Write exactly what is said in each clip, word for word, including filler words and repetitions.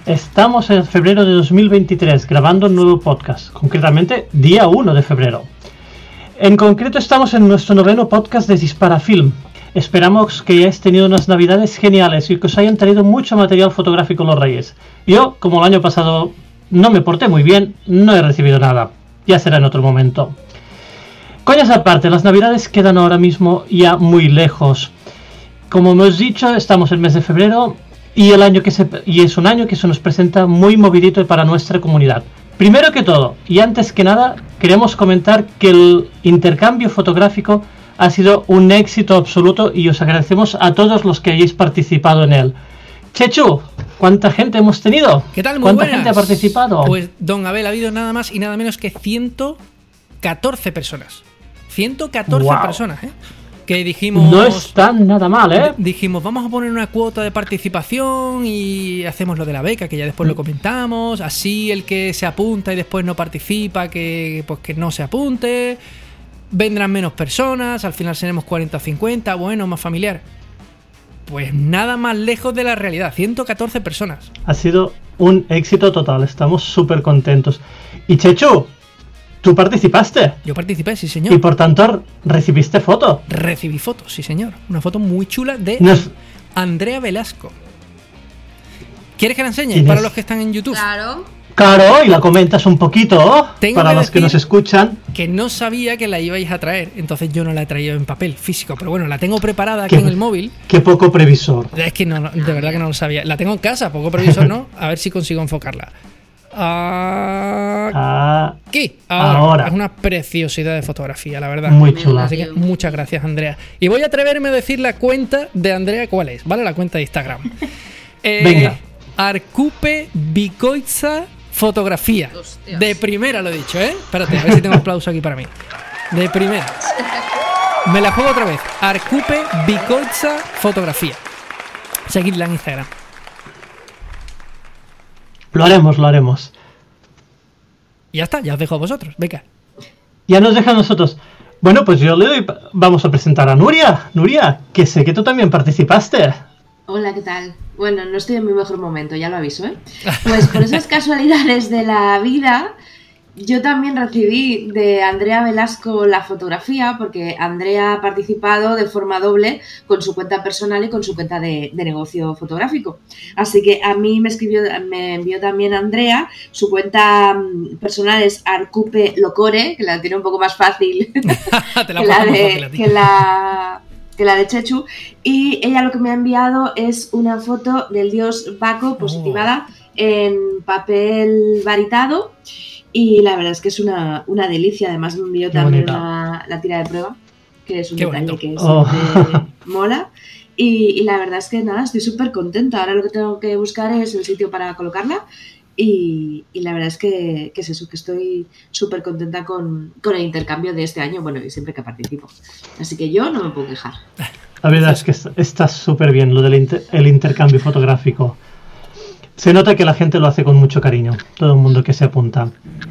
Estamos en febrero de dos mil veintitrés grabando un nuevo podcast, concretamente día uno de febrero. En concreto estamos en nuestro noveno podcast de Dispara Film. Esperamos que hayáis tenido unas navidades geniales y que os hayan traído mucho material fotográfico los Reyes. Yo, como el año pasado no me porté muy bien, no he recibido nada. Ya será en otro momento. Coñas aparte, las navidades quedan ahora mismo ya muy lejos. Como hemos dicho, estamos en el mes de febrero y, el año que se, y es un año que se nos presenta muy movidito para nuestra comunidad. Primero que todo, y antes que nada, queremos comentar que el intercambio fotográfico ha sido un éxito absoluto y os agradecemos a todos los que hayáis participado en él. Chechu, ¿cuánta gente hemos tenido? ¿Qué tal? Muy ¿Cuánta buenas. gente ha participado? Pues, don Abel, ha habido nada más y nada menos que ciento catorce personas. ciento catorce Wow. personas, ¿eh? Que dijimos... No está nada mal, ¿eh? Dijimos, vamos a poner una cuota de participación y hacemos lo de la beca, que ya después lo comentamos. Así el que se apunta y después no participa, que pues que no se apunte. Vendrán menos personas, al final seremos cuarenta o cincuenta, bueno, más familiar. Pues nada más lejos de la realidad, ciento catorce personas. Ha sido un éxito total, estamos súper contentos. Y Chechu, tú participaste. Yo participé, sí señor. Y por tanto recibiste foto. Recibí fotos, sí señor. Una foto muy chula de Nos... Andrea Velasco. ¿Quieres que la enseñe? ¿Quién Para es? los que están en YouTube. Claro. Claro, y la comentas un poquito Tengo para que los que decir nos escuchan. Que no sabía que la ibais a traer, entonces yo no la he traído en papel físico, pero bueno, la tengo preparada aquí Qué- en el móvil. Qué poco previsor. Es que no, no, de verdad que no lo sabía. La tengo en casa, poco previsor, ¿no? A ver si consigo enfocarla. Ah, Aquí, ahora. Ahora. Es una preciosidad de fotografía, la verdad. muy chula. Así que muchas gracias, Andrea. Y voy a atreverme a decir la cuenta de Andrea, ¿cuál es? ¿Vale? La cuenta de Instagram. Eh, Venga. Arcupe Bicoitza Fotografía. Hostias. De primera lo he dicho, ¿eh? Espérate, a ver si tengo aplauso aquí para mí. De primera. Me la juego otra vez. Arcupe Bicoitza Fotografía. Seguidla en Instagram. Lo haremos, lo haremos. Y ya está, ya os dejo a vosotros. Venga. Ya nos deja a nosotros. Bueno, pues yo le doy. Vamos a presentar a Nuria. Nuria, que sé que tú también participaste. Hola, ¿qué tal? Bueno, no estoy en mi mejor momento, ya lo aviso, ¿eh? Pues por esas casualidades de la vida, yo también recibí de Andrea Velasco la fotografía, porque Andrea ha participado de forma doble con su cuenta personal y con su cuenta de, de negocio fotográfico. Así que a mí me escribió, me envió también Andrea, su cuenta mm, personal es Arcupe Locore, que la tiene un poco más fácil Te la que, pongo la más de, fácil a ti. que la que la de Chechu, y ella lo que me ha enviado es una foto del dios Baco positivada en papel varitado, y la verdad es que es una, una delicia. Además me envió Qué también bonita. una, la tira de prueba, que es un Qué detalle bonito. que Oh. siempre mola, y, y la verdad es que nada, estoy súper contenta. Ahora lo que tengo que buscar es el sitio para colocarla. Y, y la verdad es que, que es eso, que estoy súper contenta con, con el intercambio de este año, bueno, y siempre que participo. Así que yo no me puedo quejar. La verdad es que está- está súper bien lo del inter- el intercambio fotográfico. Se nota que la gente lo hace con mucho cariño, todo el mundo que se apunta.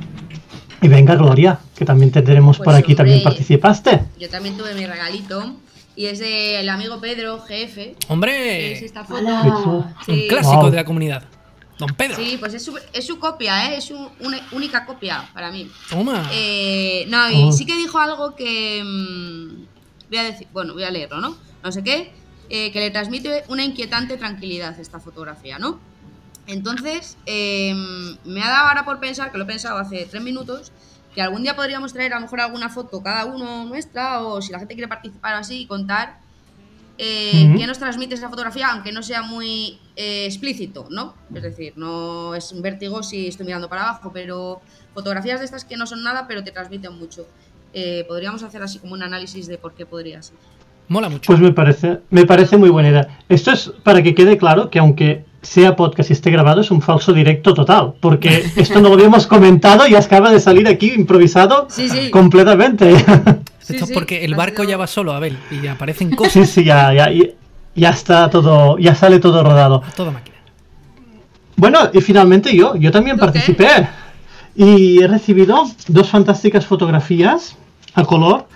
Y venga, Gloria, que también te tenemos Pues, por aquí, hombre, también participaste. Yo también tuve mi regalito y es del amigo Pedro, G F. Que es Hombre, esta foto. Hola. Eso. un Sí, clásico Wow. de la comunidad. Don Pedro. sí, pues es su, es su copia, ¿eh? Es su una, única copia para mí. Toma. Eh, no, y Oh. sí que dijo algo que... mm, voy a decir, bueno, voy a leerlo, ¿no? No sé qué. eh, que le transmite una inquietante tranquilidad esta fotografía, ¿no? Entonces, eh, me ha dado ahora por pensar, que lo he pensado hace tres minutos, que algún día podríamos traer a lo mejor alguna foto cada uno nuestra, o si la gente quiere participar así y contar eh, Ujú. qué nos transmite esa fotografía, aunque no sea muy eh, explícito, ¿no? Es decir, no es un vértigo si estoy mirando para abajo, pero fotografías de estas que no son nada, pero te transmiten mucho. Eh, podríamos hacer así como un análisis de por qué podría ser. Mola mucho. Pues me parece, me parece muy buena idea. Esto es para que quede claro que aunque sea podcast y esté grabado, es un falso directo total, porque esto no lo habíamos comentado y acaba de salir aquí improvisado Sí, sí. completamente. Sí, Esto es sí, porque el ha barco sido- ya va solo, Abel, y aparecen cosas. Sí, sí, ya, ya, ya, ya está todo, ya sale todo rodado. Toda máquina. Bueno, y finalmente yo, yo también ¿Tú qué? participé y he recibido dos fantásticas fotografías a color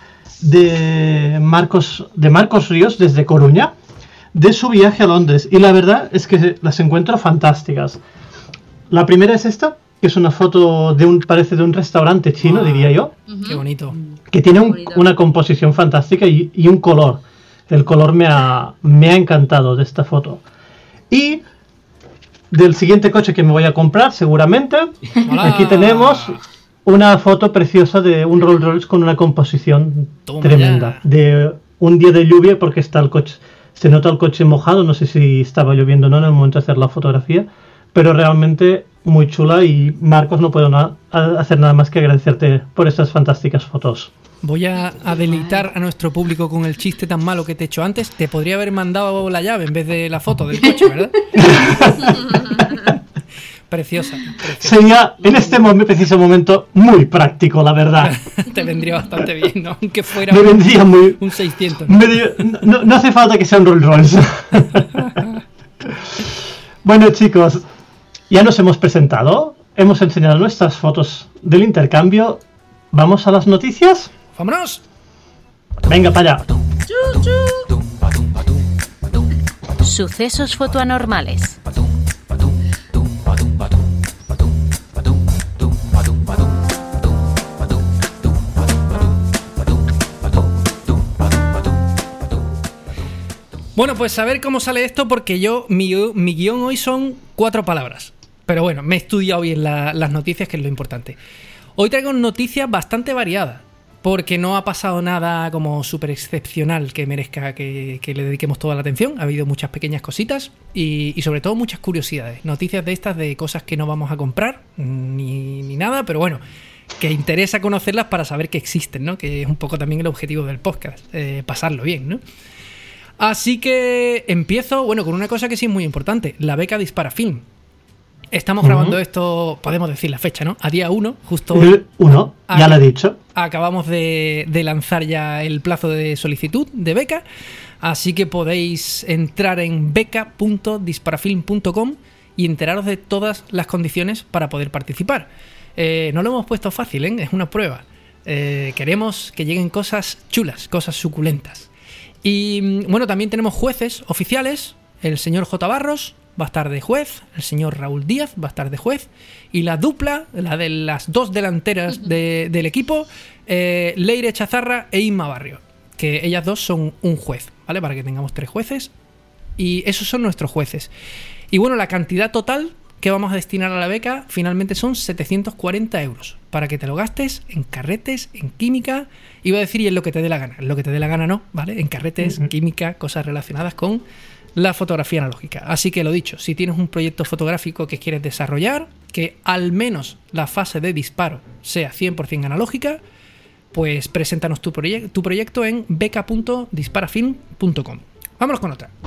de Marcos, de Marcos Ríos desde Coruña, de su viaje a Londres, y la verdad es que las encuentro fantásticas. La primera es esta, que es una foto de un, parece de un restaurante chino, Ah, diría yo, Ujú. Qué bonito. que tiene un- Bonito. una composición fantástica y, y un color. El color me ha, me ha encantado de esta foto. Y del siguiente coche que me voy a comprar, seguramente, Hola. aquí tenemos una foto preciosa de un Rolls Royce con una composición Toma tremenda. ya. De un día de lluvia, porque está el coche, se nota el coche mojado, no sé si estaba lloviendo o no en el momento de hacer la fotografía, pero realmente muy chula y Marcos, no puedo na- a- hacer nada más que agradecerte por estas fantásticas fotos. Voy a, a deleitar a nuestro público con el chiste tan malo que te he hecho antes. Te podría haber mandado la llave en vez de la foto del coche, ¿verdad? Preciosa, preciosa. Sería en este momento, preciso momento muy práctico, la verdad. Te vendría bastante bien, ¿no? Aunque fuera Me un, vendría muy... un seiscientos. me di- no, no hace falta que sea un Rolls Royce. Bueno, chicos, ya nos hemos presentado, hemos enseñado nuestras fotos del intercambio. ¿Vamos a las noticias? ¡Vámonos! Venga, para allá. Sucesos fotoanormales. Bueno, pues a ver cómo sale esto, porque yo, mi, mi guión hoy son cuatro palabras. Pero bueno, me he estudiado bien la- las noticias, que es lo importante. Hoy traigo noticias bastante variadas, porque no ha pasado nada como súper excepcional que merezca que, que le dediquemos toda la atención. Ha habido muchas pequeñas cositas y, y sobre todo muchas curiosidades. Noticias de estas de cosas que no vamos a comprar, ni, ni nada, pero bueno, que interesa conocerlas para saber que existen, ¿no? Que es un poco también el objetivo del podcast, eh, pasarlo bien, ¿no? Así que empiezo, bueno, con una cosa que sí es muy importante, la beca Dispara Film. Estamos Ujú. grabando esto, podemos decir la fecha, ¿no? A día uno, justo El hoy, uno, ya Ah, lo he dicho. acabamos de, de lanzar ya el plazo de solicitud de beca, así que podéis entrar en beca punto disparafilm punto com y enteraros de todas las condiciones para poder participar. Eh, no lo hemos puesto fácil, ¿eh? Es una prueba. Eh, queremos que lleguen cosas chulas, cosas suculentas. Y bueno, también tenemos jueces oficiales. El señor J. Barros va a estar de juez, el señor Raúl Díaz va a estar de juez, y la dupla, la de las dos delanteras de- del equipo, eh, Leire Chazarra e Inma Barrio, que ellas dos son un juez, ¿vale? Para que tengamos tres jueces, y esos son nuestros jueces. Y bueno, la cantidad total que vamos a destinar a la beca finalmente son setecientos cuarenta euros, para que te lo gastes en carretes, en química, iba a decir y en lo que te dé la gana, en lo que te dé la gana no, ¿vale? En carretes, Ujú. química, cosas relacionadas con la fotografía analógica. Así que lo dicho, si tienes un proyecto fotográfico que quieres desarrollar, que al menos la fase de disparo sea cien por ciento analógica, pues preséntanos tu, proye- tu proyecto en beca punto disparafilm punto com. Vámonos con otra.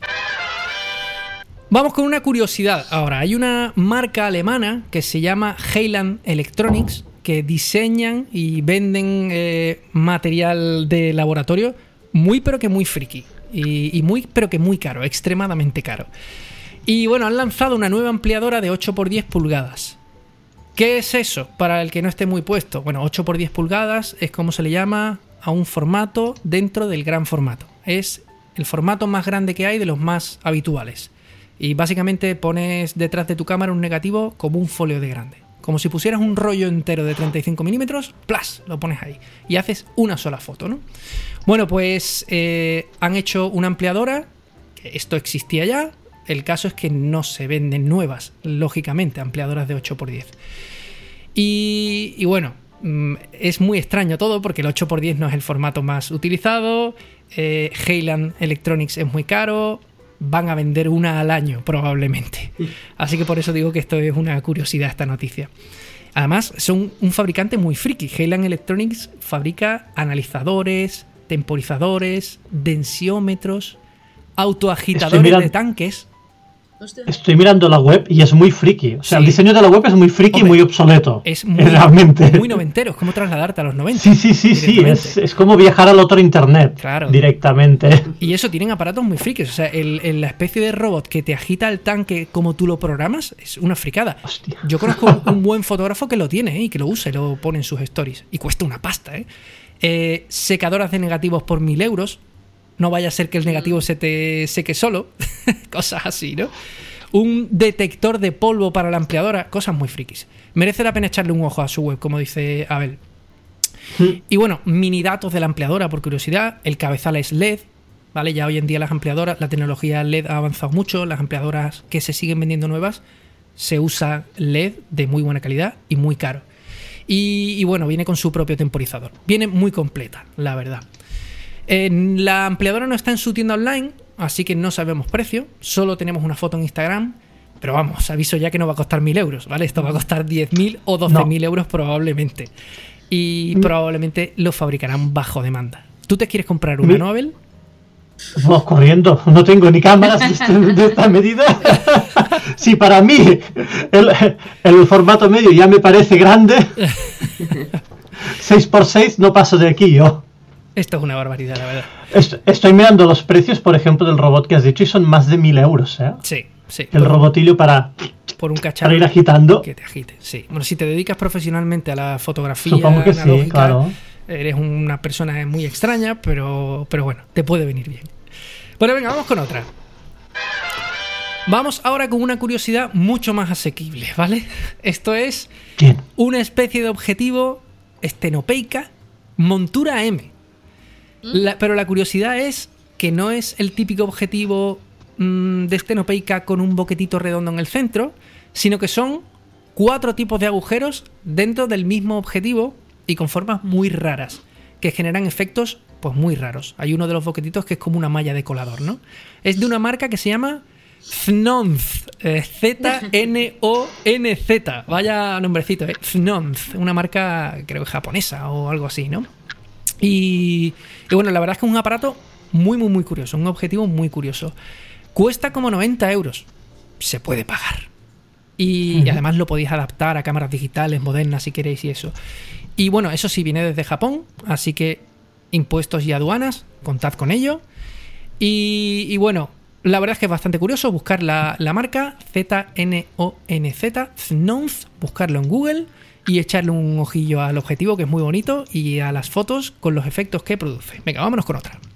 Vamos con una curiosidad ahora. Hay una marca alemana que se llama Heiland Electronics, que diseñan y venden eh, material de laboratorio muy pero que muy friki. Y, y muy pero que muy caro, extremadamente caro. Y bueno, han lanzado una nueva ampliadora de ocho por diez pulgadas. ¿Qué es eso? Para el que no esté muy puesto. Bueno, ocho por diez pulgadas es como se le llama a un formato dentro del gran formato. Es el formato más grande que hay, de los más habituales. Y básicamente pones detrás de tu cámara un negativo como un folio de grande. Como si pusieras un rollo entero de treinta y cinco milímetros, ¡plas! Lo pones ahí. Y haces una sola foto, ¿no? Bueno, pues eh, han hecho una ampliadora. Que esto existía ya. El caso es que no se venden nuevas, lógicamente, ampliadoras de ocho por diez. Y, y bueno, mm, es muy extraño todo porque el ocho por diez no es el formato más utilizado. Eh, Heiland Electronics es muy caro. Van a vender una al año probablemente. Así que por eso digo que esto es una curiosidad, esta noticia. Además, son un fabricante muy friki. Heiland Electronics fabrica analizadores, temporizadores, densiómetros, autoagitadores mirando- de tanques. Hostia. Estoy mirando la web y es muy friki. O sea, Sí. el diseño de la web es muy friki Hombre, y muy obsoleto. Es muy, realmente. muy noventero, es como trasladarte a los noventa. Sí, sí, sí, sí. directamente. Es, es como viajar al otro internet. Claro. Directamente. Y eso, tienen aparatos muy frikis. O sea, el, el- la especie de robot que te agita el tanque como tú lo programas es una fricada. Hostia. Yo conozco un, un buen fotógrafo que lo tiene, ¿eh? Y que lo usa y lo pone en sus stories. Y cuesta una pasta, ¿eh? Eh, secadoras de negativos por mil euros. No vaya a ser que el negativo se te seque solo. Cosas así, ¿no? un detector de polvo para la ampliadora, cosas muy frikis. Merece la pena echarle un ojo a su web, como dice Abel. Sí. Y bueno, mini datos de la ampliadora, por curiosidad. El cabezal es L E D, ¿vale? Ya hoy en día las ampliadoras, la tecnología L E D ha avanzado mucho. Las ampliadoras que se siguen vendiendo nuevas se usa L E D de muy buena calidad y muy caro. Y, y bueno, viene con su propio temporizador. Viene muy completa, la verdad. Eh, la ampliadora no está en su tienda online, así que no sabemos precio. Solo tenemos una foto en Instagram. Pero vamos, aviso ya que no va a costar mil euros, ¿vale? Esto va a costar diez mil o doce mil no. euros probablemente. Y mm. probablemente lo fabricarán bajo demanda. ¿Tú te quieres comprar una, no, Abel? No, corriendo. No tengo ni cámaras de, este, de esta medida. Si para mí el, el formato medio ya me parece grande, seis por seis no paso de aquí yo. Esto es una barbaridad, la verdad. Estoy, estoy mirando los precios, por ejemplo, del robot que has dicho y son más de mil euros, ¿eh? Sí. Sí, el robotillo para, por un cacharro para ir agitando. Que te agite, sí. Bueno, si te dedicas profesionalmente a la fotografía, supongo que sí, claro. Eres una persona muy extraña, pero, pero bueno, te puede venir bien. Bueno, venga, vamos con otra. Vamos ahora con una curiosidad mucho más asequible, ¿vale? Esto es ¿Quién? Una especie de objetivo estenopeica montura M. La, pero la curiosidad es que no es el típico objetivo de estenopeica con un boquetito redondo en el centro, sino que son cuatro tipos de agujeros dentro del mismo objetivo y con formas muy raras que generan efectos pues muy raros. Hay uno de los boquetitos que es como una malla de colador, ¿no? Es de una marca que se llama Znonz, eh, Z N O N Z, vaya nombrecito, eh, Znonz, una marca creo que japonesa o algo así, ¿no? Y, y bueno, la verdad es que es un aparato muy muy muy curioso, un objetivo muy curioso. Cuesta como noventa euros. Se puede pagar. Y, uh-huh. y además lo podéis adaptar a cámaras digitales modernas si queréis y eso. Y bueno, eso sí, viene desde Japón. Así que impuestos y aduanas, contad con ello. Y, y bueno, la verdad es que es bastante curioso buscar la, la marca Z N O N Z, Znonz, buscarlo en Google y echarle un ojillo al objetivo, que es muy bonito, y a las fotos con los efectos que produce. Venga, vámonos con otra.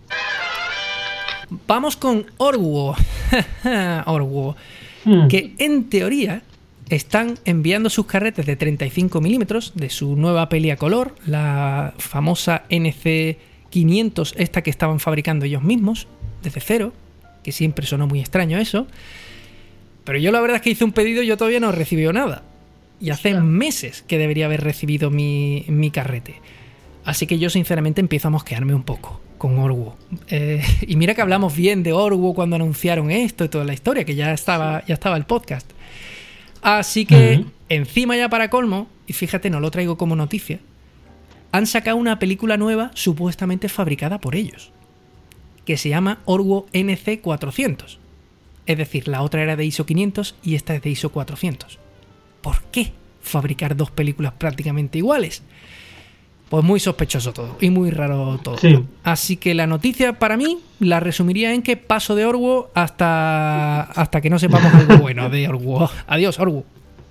Vamos con Orwo. Orwo. Hmm. Que en teoría están enviando sus carretes de treinta y cinco milímetros de su nueva peli a color, la famosa N C quinientos, esta que estaban fabricando ellos mismos, desde cero, que siempre sonó muy extraño eso. Pero yo la verdad es que hice un pedido y yo todavía no he recibido nada. Y hace meses que debería haber recibido mi, mi carrete. Así que yo sinceramente empiezo a mosquearme un poco con Orwo. Eh, y mira que hablamos bien de Orwo cuando anunciaron esto y toda la historia, que ya estaba, ya estaba el podcast. Así que, uh-huh. encima ya para colmo, y fíjate, no lo traigo como noticia, han sacado una película nueva supuestamente fabricada por ellos, que se llama Orwo N C cuatrocientos. Es decir, la otra era de I S O quinientos y esta es de I S O cuatrocientos. ¿Por qué fabricar dos películas prácticamente iguales? Pues muy sospechoso todo y muy raro todo. Sí. Así que la noticia para mí la resumiría en que paso de Orwo hasta, hasta que no sepamos algo bueno de Orwo. Adiós, Orwo.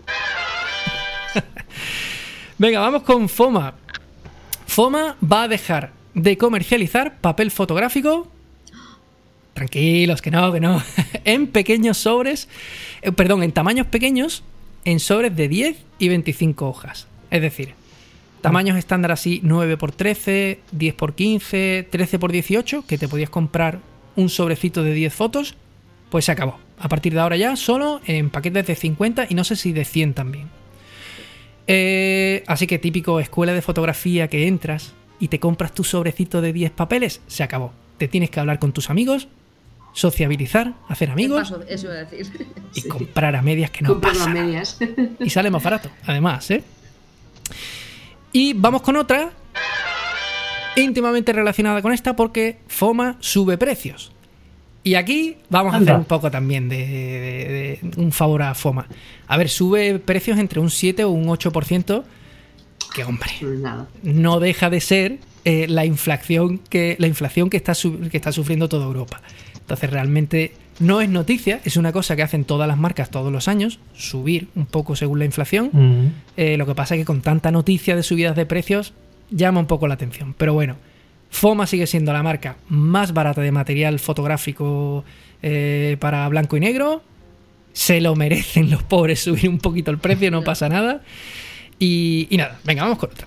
Venga, vamos con Foma. Foma va a dejar de comercializar papel fotográfico. Tranquilos, que no, que no. En pequeños sobres, eh, perdón, en tamaños pequeños, en sobres de diez y veinticinco hojas. Es decir, tamaños estándar así, nueve por trece, diez por quince, trece por dieciocho, que te podías comprar un sobrecito de diez fotos, pues se acabó. A partir de ahora ya solo en paquetes de cincuenta y no sé si de cien también. Eh, así que típico escuela de fotografía que entras y te compras tu sobrecito de diez papeles, se acabó. Te tienes que hablar con tus amigos, sociabilizar, hacer amigos. Paso, eso iba a decir. Y sí. Comprar a medias, que no comprar pasa a medias. Y sale más barato, además, ¿eh? Y vamos con otra íntimamente relacionada con esta, porque Foma sube precios. Y aquí vamos a hacer un poco también de, de, de un favor a Foma. A ver, sube precios entre un siete o un ocho por ciento, que hombre, Nada. no deja de ser eh, la inflación que la inflación que está, que está sufriendo toda Europa. Entonces realmente no es noticia, es una cosa que hacen todas las marcas todos los años, subir un poco según la inflación. Uh-huh. Eh, lo que pasa es que con tanta noticia de subidas de precios llama un poco la atención. Pero bueno, Foma sigue siendo la marca más barata de material fotográfico eh, para blanco y negro Se lo merecen los pobres subir un poquito el precio, no pasa nada. Y, y nada, venga, vamos con otra.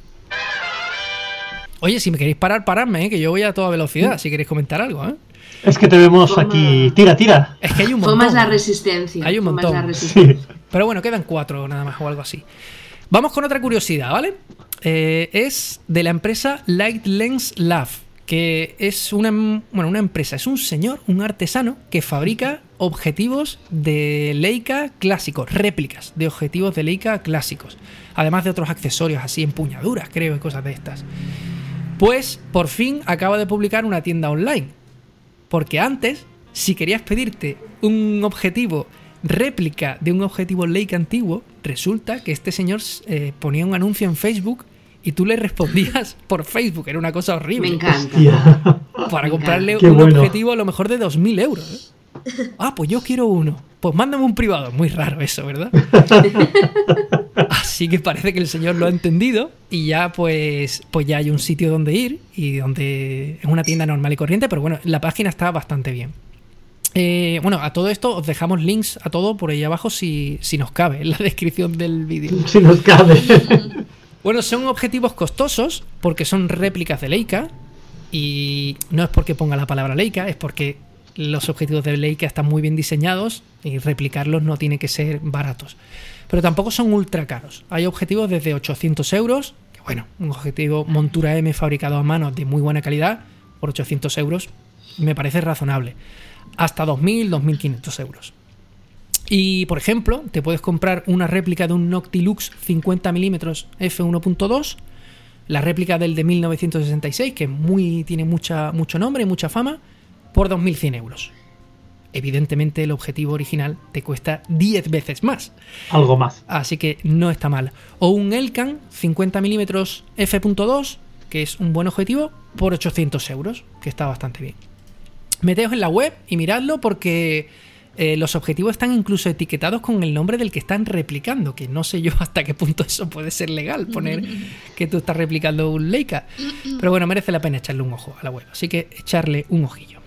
Oye, si me queréis parar, paradme, ¿eh? Que yo voy a toda velocidad, si queréis comentar algo, ¿eh? Es que te vemos Toma. aquí. Tira, tira. Es que hay un montón. Fue más la resistencia. Hay un fue más montón. la resistencia. Sí. Pero bueno, quedan cuatro nada más o algo así. Vamos con otra curiosidad, ¿vale? Eh, es de la empresa Light Lens Lab, que es una, bueno, una empresa, es un señor, un artesano que fabrica objetivos de Leica clásicos, réplicas de objetivos de Leica clásicos, además de otros accesorios así, empuñaduras, creo, y cosas de estas. Pues por fin acaba de publicar una tienda online, porque antes, si querías pedirte un objetivo réplica de un objetivo Leica antiguo, resulta que este señor eh, ponía un anuncio en Facebook y tú le respondías por Facebook. Era una cosa horrible. Me encanta. Hostia. Para Me comprarle encanta. un Qué bueno. objetivo a lo mejor de dos mil euros. ¿eh? Ah, pues yo quiero uno. Pues mándame un privado. Muy raro eso, ¿verdad? Así que parece que el señor lo ha entendido y ya pues, pues ya hay un sitio donde ir y donde es una tienda normal y corriente, pero bueno, la página está bastante bien. Eh, bueno, a todo esto os dejamos links a todo por ahí abajo si, si nos cabe en la descripción del vídeo. Si nos cabe. Bueno, son objetivos costosos porque son réplicas de Leica y no es porque ponga la palabra Leica, es porque los objetivos de Leica están muy bien diseñados y replicarlos no tiene que ser baratos. Pero tampoco son ultra caros. Hay objetivos desde ochocientos euros, que bueno, un objetivo montura M fabricado a mano de muy buena calidad por ochocientos euros me parece razonable. Hasta dos mil, dos mil quinientos euros. Y, por ejemplo, te puedes comprar una réplica de un Noctilux cincuenta milímetros efe uno punto dos, la réplica del de mil novecientos sesenta y seis, que muy, tiene mucha, mucho nombre y mucha fama, por dos mil cien euros. Evidentemente, el objetivo original te cuesta diez veces más. Algo más. Así que no está mal. O un Elcan cincuenta milímetros efe punto dos, que es un buen objetivo, por ochocientos euros, que está bastante bien. Meteos en la web y miradlo porque eh, los objetivos están incluso etiquetados con el nombre del que están replicando, que no sé yo hasta qué punto eso puede ser legal, poner que tú estás replicando un Leica. Pero bueno, merece la pena echarle un ojo a la web, así que echarle un ojillo.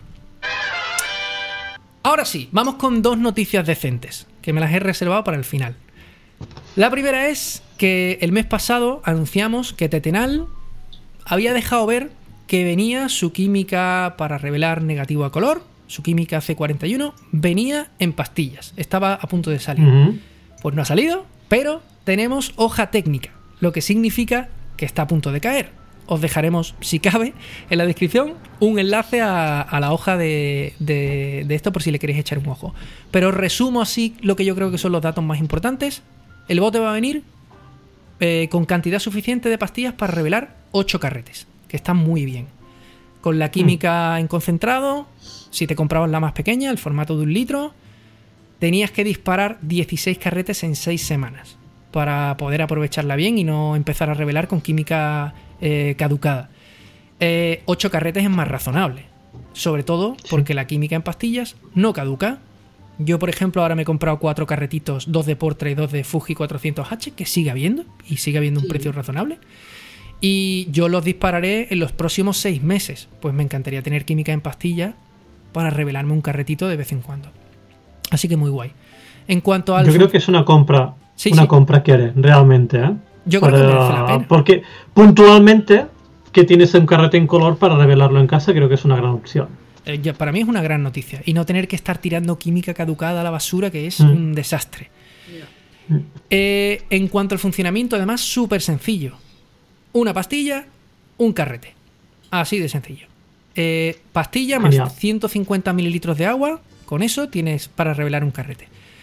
Ahora sí, vamos con dos noticias decentes, que me las he reservado para el final. La primera es que el mes pasado anunciamos que Tetenal había dejado ver que venía su química para revelar negativo a color, su química ce cuarenta y uno, venía en pastillas, estaba a punto de salir. Uh-huh. Pues no ha salido, pero tenemos hoja técnica, lo que significa que está a punto de caer. Os dejaremos, si cabe, en la descripción un enlace a, a la hoja de, de, de esto por si le queréis echar un ojo. Pero resumo así lo que yo creo que son los datos más importantes. El bote va a venir eh, con cantidad suficiente de pastillas para revelar ocho carretes, que están muy bien. Con la química mm. en concentrado, si te comprabas la más pequeña, el formato de un litro, tenías que disparar dieciséis carretes en seis semanas para poder aprovecharla bien y no empezar a revelar con química eh, caducada. Eh, ocho carretes es más razonable, sobre todo porque sí. La química en pastillas no caduca. Yo, por ejemplo, ahora me he comprado cuatro carretitos, dos de Portra y dos de Fuji cuatrocientos hache, que sigue habiendo y sigue habiendo un sí. precio razonable. Y yo los dispararé en los próximos seis meses. Pues me encantaría tener química en pastilla para revelarme un carretito de vez en cuando. Así que muy guay. En cuanto al... Yo creo que es una compra, sí, una sí. compra que haré, realmente, ¿eh? Yo para, creo que merece la pena. Porque puntualmente que tienes un carrete en color para revelarlo en casa, creo que es una gran opción. Eh, ya, para mí es una gran noticia. Y no tener que estar tirando química caducada a la basura, que es mm. un desastre. Mm. Eh, en cuanto al funcionamiento, además, súper sencillo. Una pastilla, un carrete. Así de sencillo. Eh, pastilla más Genial. ciento cincuenta mililitros de agua. Con eso tienes para revelar un carrete.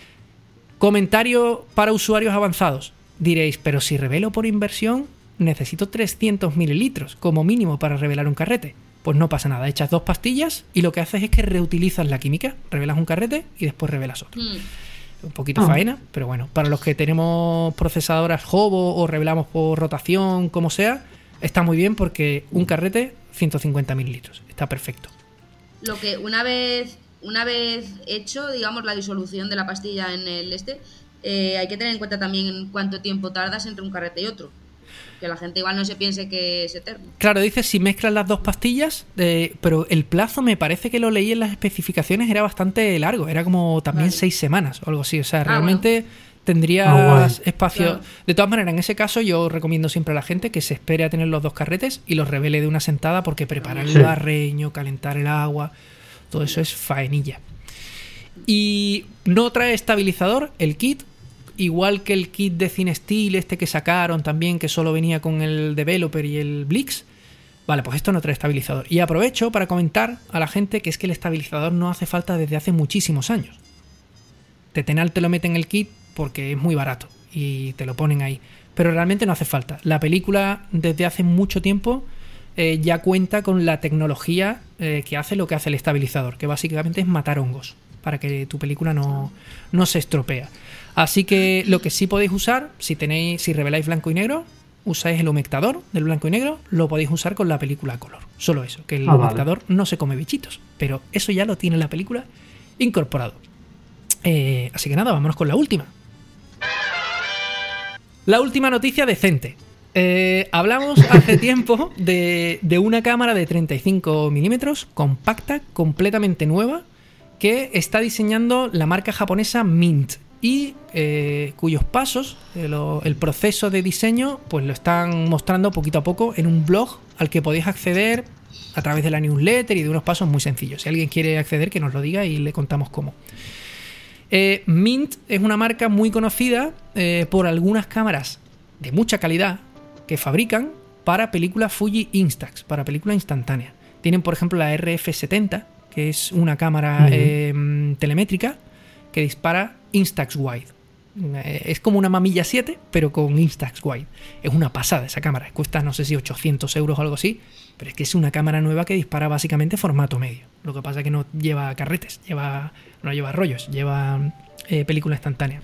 Comentario para usuarios avanzados. Diréis, pero si revelo por inversión, necesito trescientos mililitros como mínimo para revelar un carrete. Pues no pasa nada. Echas dos pastillas y lo que haces es que reutilizas la química. Revelas un carrete y después revelas otro. Mm. Un poquito oh. faena, pero bueno, para los que tenemos procesadoras Hobo o revelamos por rotación, como sea, está muy bien porque un carrete, ciento cincuenta mililitros, está perfecto. Lo que una vez una vez hecho, digamos, la disolución de la pastilla en el este, eh, hay que tener en cuenta también cuánto tiempo tardas entre un carrete y otro. que la gente igual no se piense que es eterno. Claro, dice si mezclas las dos pastillas, eh, pero el plazo me parece que lo leí en las especificaciones, era bastante largo, era como también vale. seis semanas o algo así, o sea, ah, realmente bueno. tendrías oh, bueno. espacio. Claro. De todas maneras, en ese caso yo recomiendo siempre a la gente que se espere a tener los dos carretes y los revele de una sentada, porque preparar sí. el barreño, calentar el agua, todo eso es faenilla. Y no trae estabilizador el kit, igual que el kit de CineStyle este que sacaron también, que solo venía con el Developer y el Blix. Vale, pues esto no trae estabilizador. Y aprovecho para comentar a la gente que es que el estabilizador no hace falta desde hace muchísimos años. Tetenal te lo mete en el kit porque es muy barato y te lo ponen ahí, pero realmente no hace falta. La película desde hace mucho tiempo eh, ya cuenta con la tecnología eh, que hace lo que hace el estabilizador, que básicamente es matar hongos para que tu película no, no se estropea. Así que lo que sí podéis usar, si tenéis, si reveláis blanco y negro, usáis el humectador del blanco y negro, lo podéis usar con la película a color. Solo eso, que el ah, humectador vale. no se come bichitos, pero eso ya lo tiene la película incorporado. Eh, así que nada, vámonos con la última. La última noticia decente. Eh, hablamos hace tiempo de, de una cámara de treinta y cinco milímetros, compacta, completamente nueva, que está diseñando la marca japonesa Mint y eh, cuyos pasos, eh, lo, el proceso de diseño, pues lo están mostrando poquito a poco en un blog al que podéis acceder a través de la newsletter y de unos pasos muy sencillos. Si alguien quiere acceder, que nos lo diga y le contamos cómo. Eh, Mint es una marca muy conocida eh, por algunas cámaras de mucha calidad que fabrican para películas Fuji Instax, para películas instantáneas. Tienen, por ejemplo, la R F setenta, que es una cámara uh-huh. eh, telemétrica que dispara Instax Wide. Eh, es como una Mamilla siete, pero con Instax Wide. Es una pasada esa cámara. Cuesta, no sé si ochocientos euros o algo así, pero es que es una cámara nueva que dispara básicamente formato medio. Lo que pasa es que no lleva carretes, lleva, no lleva rollos, lleva eh, película instantánea.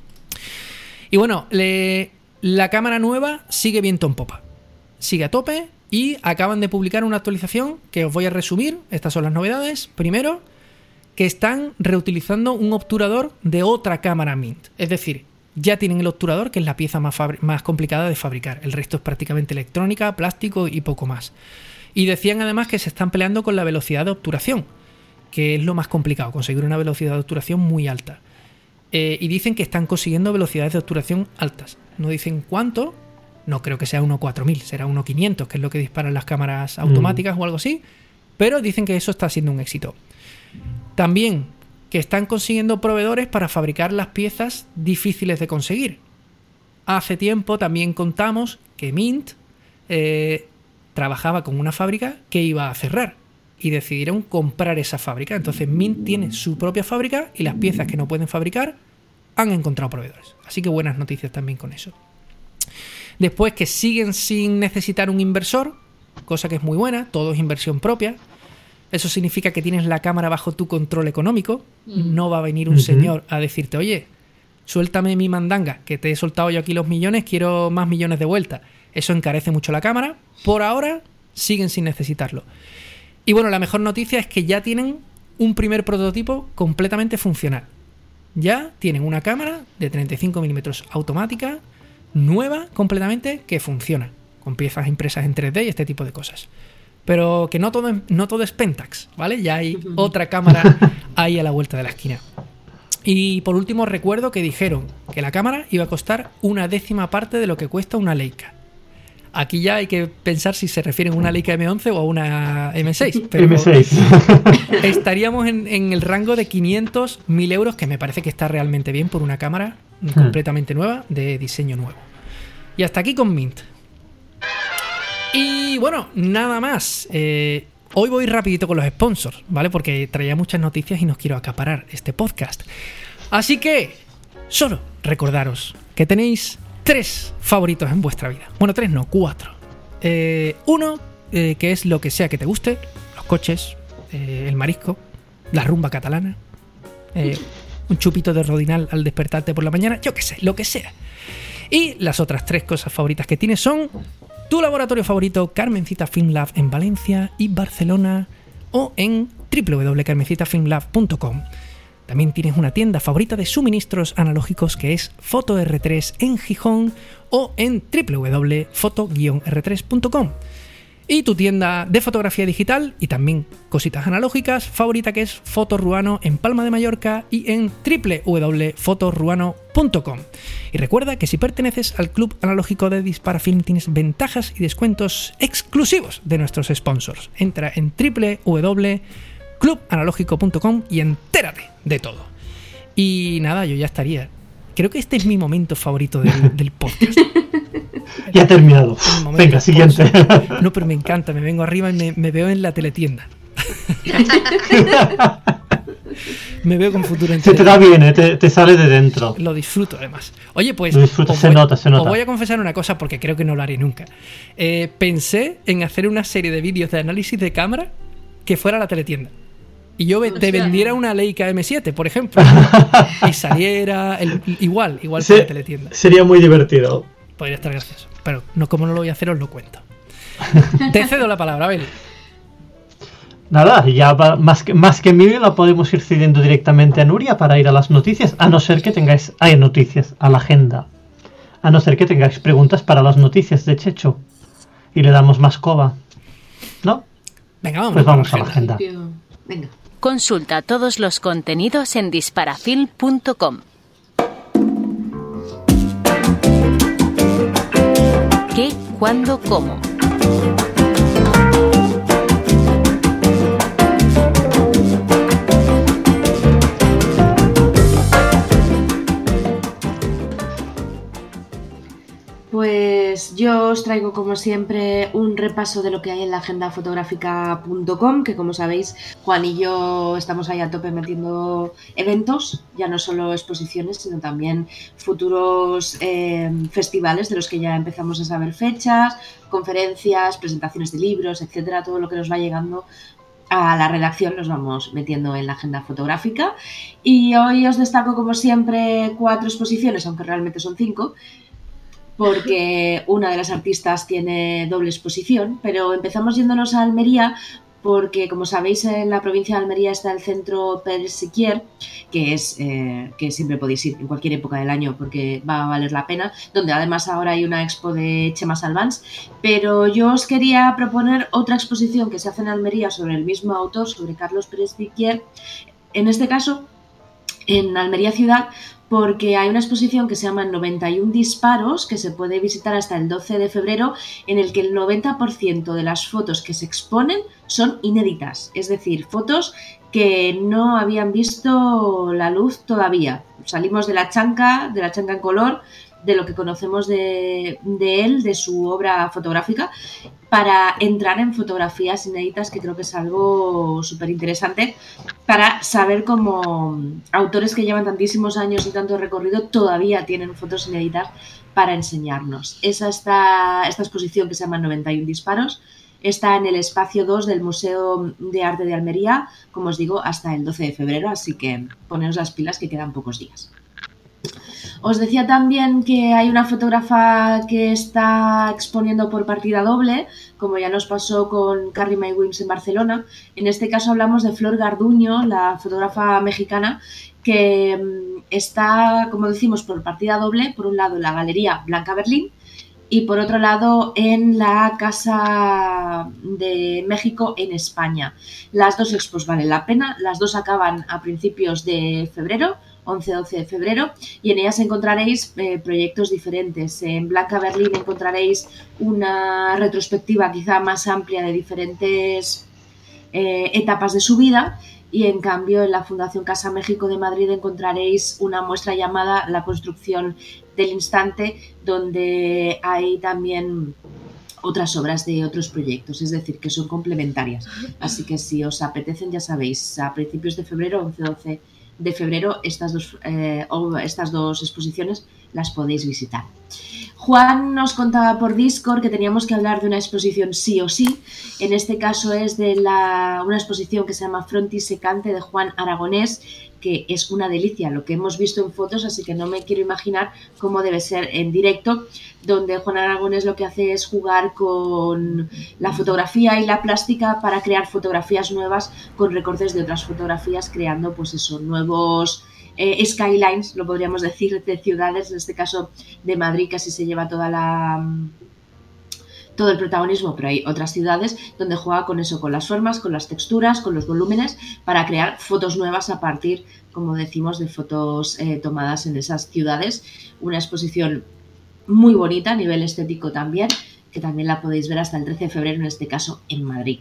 Y bueno, le, la cámara nueva sigue viento en popa. Sigue a tope. Y acaban de publicar una actualización que os voy a resumir. Estas son las novedades. Primero, que están reutilizando un obturador de otra cámara Mint. Es decir, ya tienen el obturador, que es la pieza más, fabri- más complicada de fabricar. El resto es prácticamente electrónica, plástico y poco más. Y decían además que se están peleando con la velocidad de obturación, que es lo más complicado, conseguir una velocidad de obturación muy alta. Eh, y dicen que están consiguiendo velocidades de obturación altas. No dicen cuánto. No creo que sea uno cuatro mil, será uno quinientos, que es lo que disparan las cámaras automáticas mm. o algo así, pero dicen que eso está siendo un éxito. También que están consiguiendo proveedores para fabricar las piezas difíciles de conseguir. Hace tiempo también contamos que Mint eh, trabajaba con una fábrica que iba a cerrar y decidieron comprar esa fábrica. Entonces Mint tiene su propia fábrica y las piezas que no pueden fabricar han encontrado proveedores. Así que buenas noticias también con eso. Después que siguen sin necesitar un inversor, cosa que es muy buena, todo es inversión propia. Eso significa que tienes la cámara bajo tu control económico. Mm. No va a venir un uh-huh. señor a decirte, oye, suéltame mi mandanga, que te he soltado yo aquí los millones, quiero más millones de vuelta. Eso encarece mucho la cámara. Por ahora siguen sin necesitarlo. Y bueno, la mejor noticia es que ya tienen un primer prototipo completamente funcional. Ya tienen una cámara de treinta y cinco milímetros automática, nueva completamente, que funciona con piezas impresas en tres D y este tipo de cosas. Pero que no todo, no todo es Pentax, ¿vale? Ya hay otra cámara ahí a la vuelta de la esquina. Y por último recuerdo que dijeron que la cámara iba a costar una décima parte de lo que cuesta una Leica. Aquí ya hay que pensar si se refieren a una Leica eme once o a una eme seis. Pero eme seis. Estaríamos en, en el rango de quinientos mil euros, que me parece que está realmente bien por una cámara completamente nueva, de diseño nuevo. Y hasta aquí con Mint. Y bueno, nada más. Eh, hoy voy rapidito con los sponsors, ¿vale? Porque traía muchas noticias y no quiero acaparar este podcast. Así que, solo recordaros que tenéis tres favoritos en vuestra vida. Bueno, tres no, cuatro. Eh, uno, eh, que es lo que sea que te guste. Los coches, eh, el marisco, la rumba catalana, eh, un chupito de rodinal al despertarte por la mañana, yo qué sé, lo que sea. Y las otras tres cosas favoritas que tienes son tu laboratorio favorito, Carmencita Film Lab, en Valencia y Barcelona, o en doble u doble u doble u punto carmencita film lab punto com. También tienes una tienda favorita de suministros analógicos que es Foto erre tres en Gijón o en doble u doble u doble punto foto guion erre tres punto com. Y tu tienda de fotografía digital y también cositas analógicas favorita que es Foto Ruano en Palma de Mallorca y en doble u doble u doble punto foto ruano punto com. Y recuerda que si perteneces al Club Analógico de Disparafilm tienes ventajas y descuentos exclusivos de nuestros sponsors. Entra en doble u doble u doble punto club analógico punto com y entérate de todo. Y nada, yo ya estaría. Creo que este es mi momento favorito del, del podcast. Ya ha terminado. Venga, siguiente. No, pero me encanta, me vengo arriba y me, me veo en la teletienda. Me veo con futuro en Se te da bien, ¿eh? te, te sale de dentro. Lo disfruto además. Oye, pues disfruto, se voy, nota, se nota. Os voy a confesar una cosa porque creo que no lo haré nunca. Eh, pensé en hacer una serie de vídeos de análisis de cámara que fuera la teletienda. Y yo te vendiera una Leica eme siete, por ejemplo, y saliera el, igual, igual Se, que la teletienda. Sería muy divertido. Podría estar gracioso. Pero no, como no lo voy a hacer, os lo cuento. Te cedo la palabra, Abel. Nada, ya va, más que más que mí la podemos ir cediendo directamente a Nuria para ir a las noticias, a no ser que tengáis... Hay noticias, a la agenda. A no ser que tengáis preguntas para las noticias de Checho. Y le damos más coba. ¿No? Venga, vamos. Pues vamos a la agenda. Venga. Consulta todos los contenidos en disparafilm punto com. ¿Qué, cuándo, cómo? Pues yo os traigo como siempre un repaso de lo que hay en la agenda fotográfica punto com, que como sabéis Juan y yo estamos ahí a tope metiendo eventos, ya no solo exposiciones sino también futuros eh, festivales de los que ya empezamos a saber fechas, conferencias, presentaciones de libros, etcétera, todo lo que nos va llegando a la redacción los vamos metiendo en la agenda fotográfica. Y hoy os destaco como siempre cuatro exposiciones, aunque realmente son cinco, porque una de las artistas tiene doble exposición, pero empezamos yéndonos a Almería porque, como sabéis, en la provincia de Almería está el centro Pere Siquier, que es eh, que siempre podéis ir en cualquier época del año porque va a valer la pena, donde además ahora hay una expo de Chema Salvans, pero yo os quería proponer otra exposición que se hace en Almería sobre el mismo autor, sobre Carlos Pere Siquier, en este caso en Almería ciudad, porque hay una exposición que se llama noventa y uno disparos, que se puede visitar hasta el doce de febrero, en el que el noventa por ciento de las fotos que se exponen son inéditas, es decir, fotos que no habían visto la luz todavía. Salimos de la chanca, de la chanca en color, de lo que conocemos de, de él, de su obra fotográfica, para entrar en fotografías inéditas, que creo que es algo súper interesante para saber cómo autores que llevan tantísimos años y tanto recorrido todavía tienen fotos inéditas para enseñarnos. Esa está, esta exposición que se llama noventa y uno disparos está en el espacio dos del Museo de Arte de Almería, como os digo, hasta el doce de febrero, así que poneos las pilas que quedan pocos días. Os decía también que hay una fotógrafa que está exponiendo por partida doble, como ya nos pasó con Carrie Mae Weems en Barcelona. En este caso hablamos de Flor Garduño, la fotógrafa mexicana, que está, como decimos, por partida doble, por un lado en la Galería Blanca Berlín y por otro lado en la Casa de México en España. Las dos expos valen la pena, las dos acaban a principios de febrero, once a doce de febrero, y en ellas encontraréis eh, proyectos diferentes. En Blanca Berlín encontraréis una retrospectiva quizá más amplia de diferentes eh, etapas de su vida, y en cambio en la Fundación Casa México de Madrid encontraréis una muestra llamada La construcción del instante, donde hay también otras obras de otros proyectos, es decir, que son complementarias. Así que si os apetecen, ya sabéis, a principios de febrero, once a doce de febrero, estas dos, eh, estas dos exposiciones las podéis visitar. Juan nos contaba por Discord que teníamos que hablar de una exposición sí o sí. En este caso es de la, una exposición que se llama Frontis Secante de Juan Aragonés, que es una delicia lo que hemos visto en fotos, así que no me quiero imaginar cómo debe ser en directo, donde Juan Aragonés lo que hace es jugar con la fotografía y la plástica para crear fotografías nuevas con recortes de otras fotografías, creando pues eso, nuevos eh, skylines, lo podríamos decir, de ciudades, en este caso de Madrid casi se lleva toda la... todo el protagonismo, pero hay otras ciudades donde juega con eso, con las formas, con las texturas, con los volúmenes, para crear fotos nuevas a partir, como decimos, de fotos eh, tomadas en esas ciudades. Una exposición muy bonita a nivel estético también, que también la podéis ver hasta el trece de febrero, en este caso en Madrid.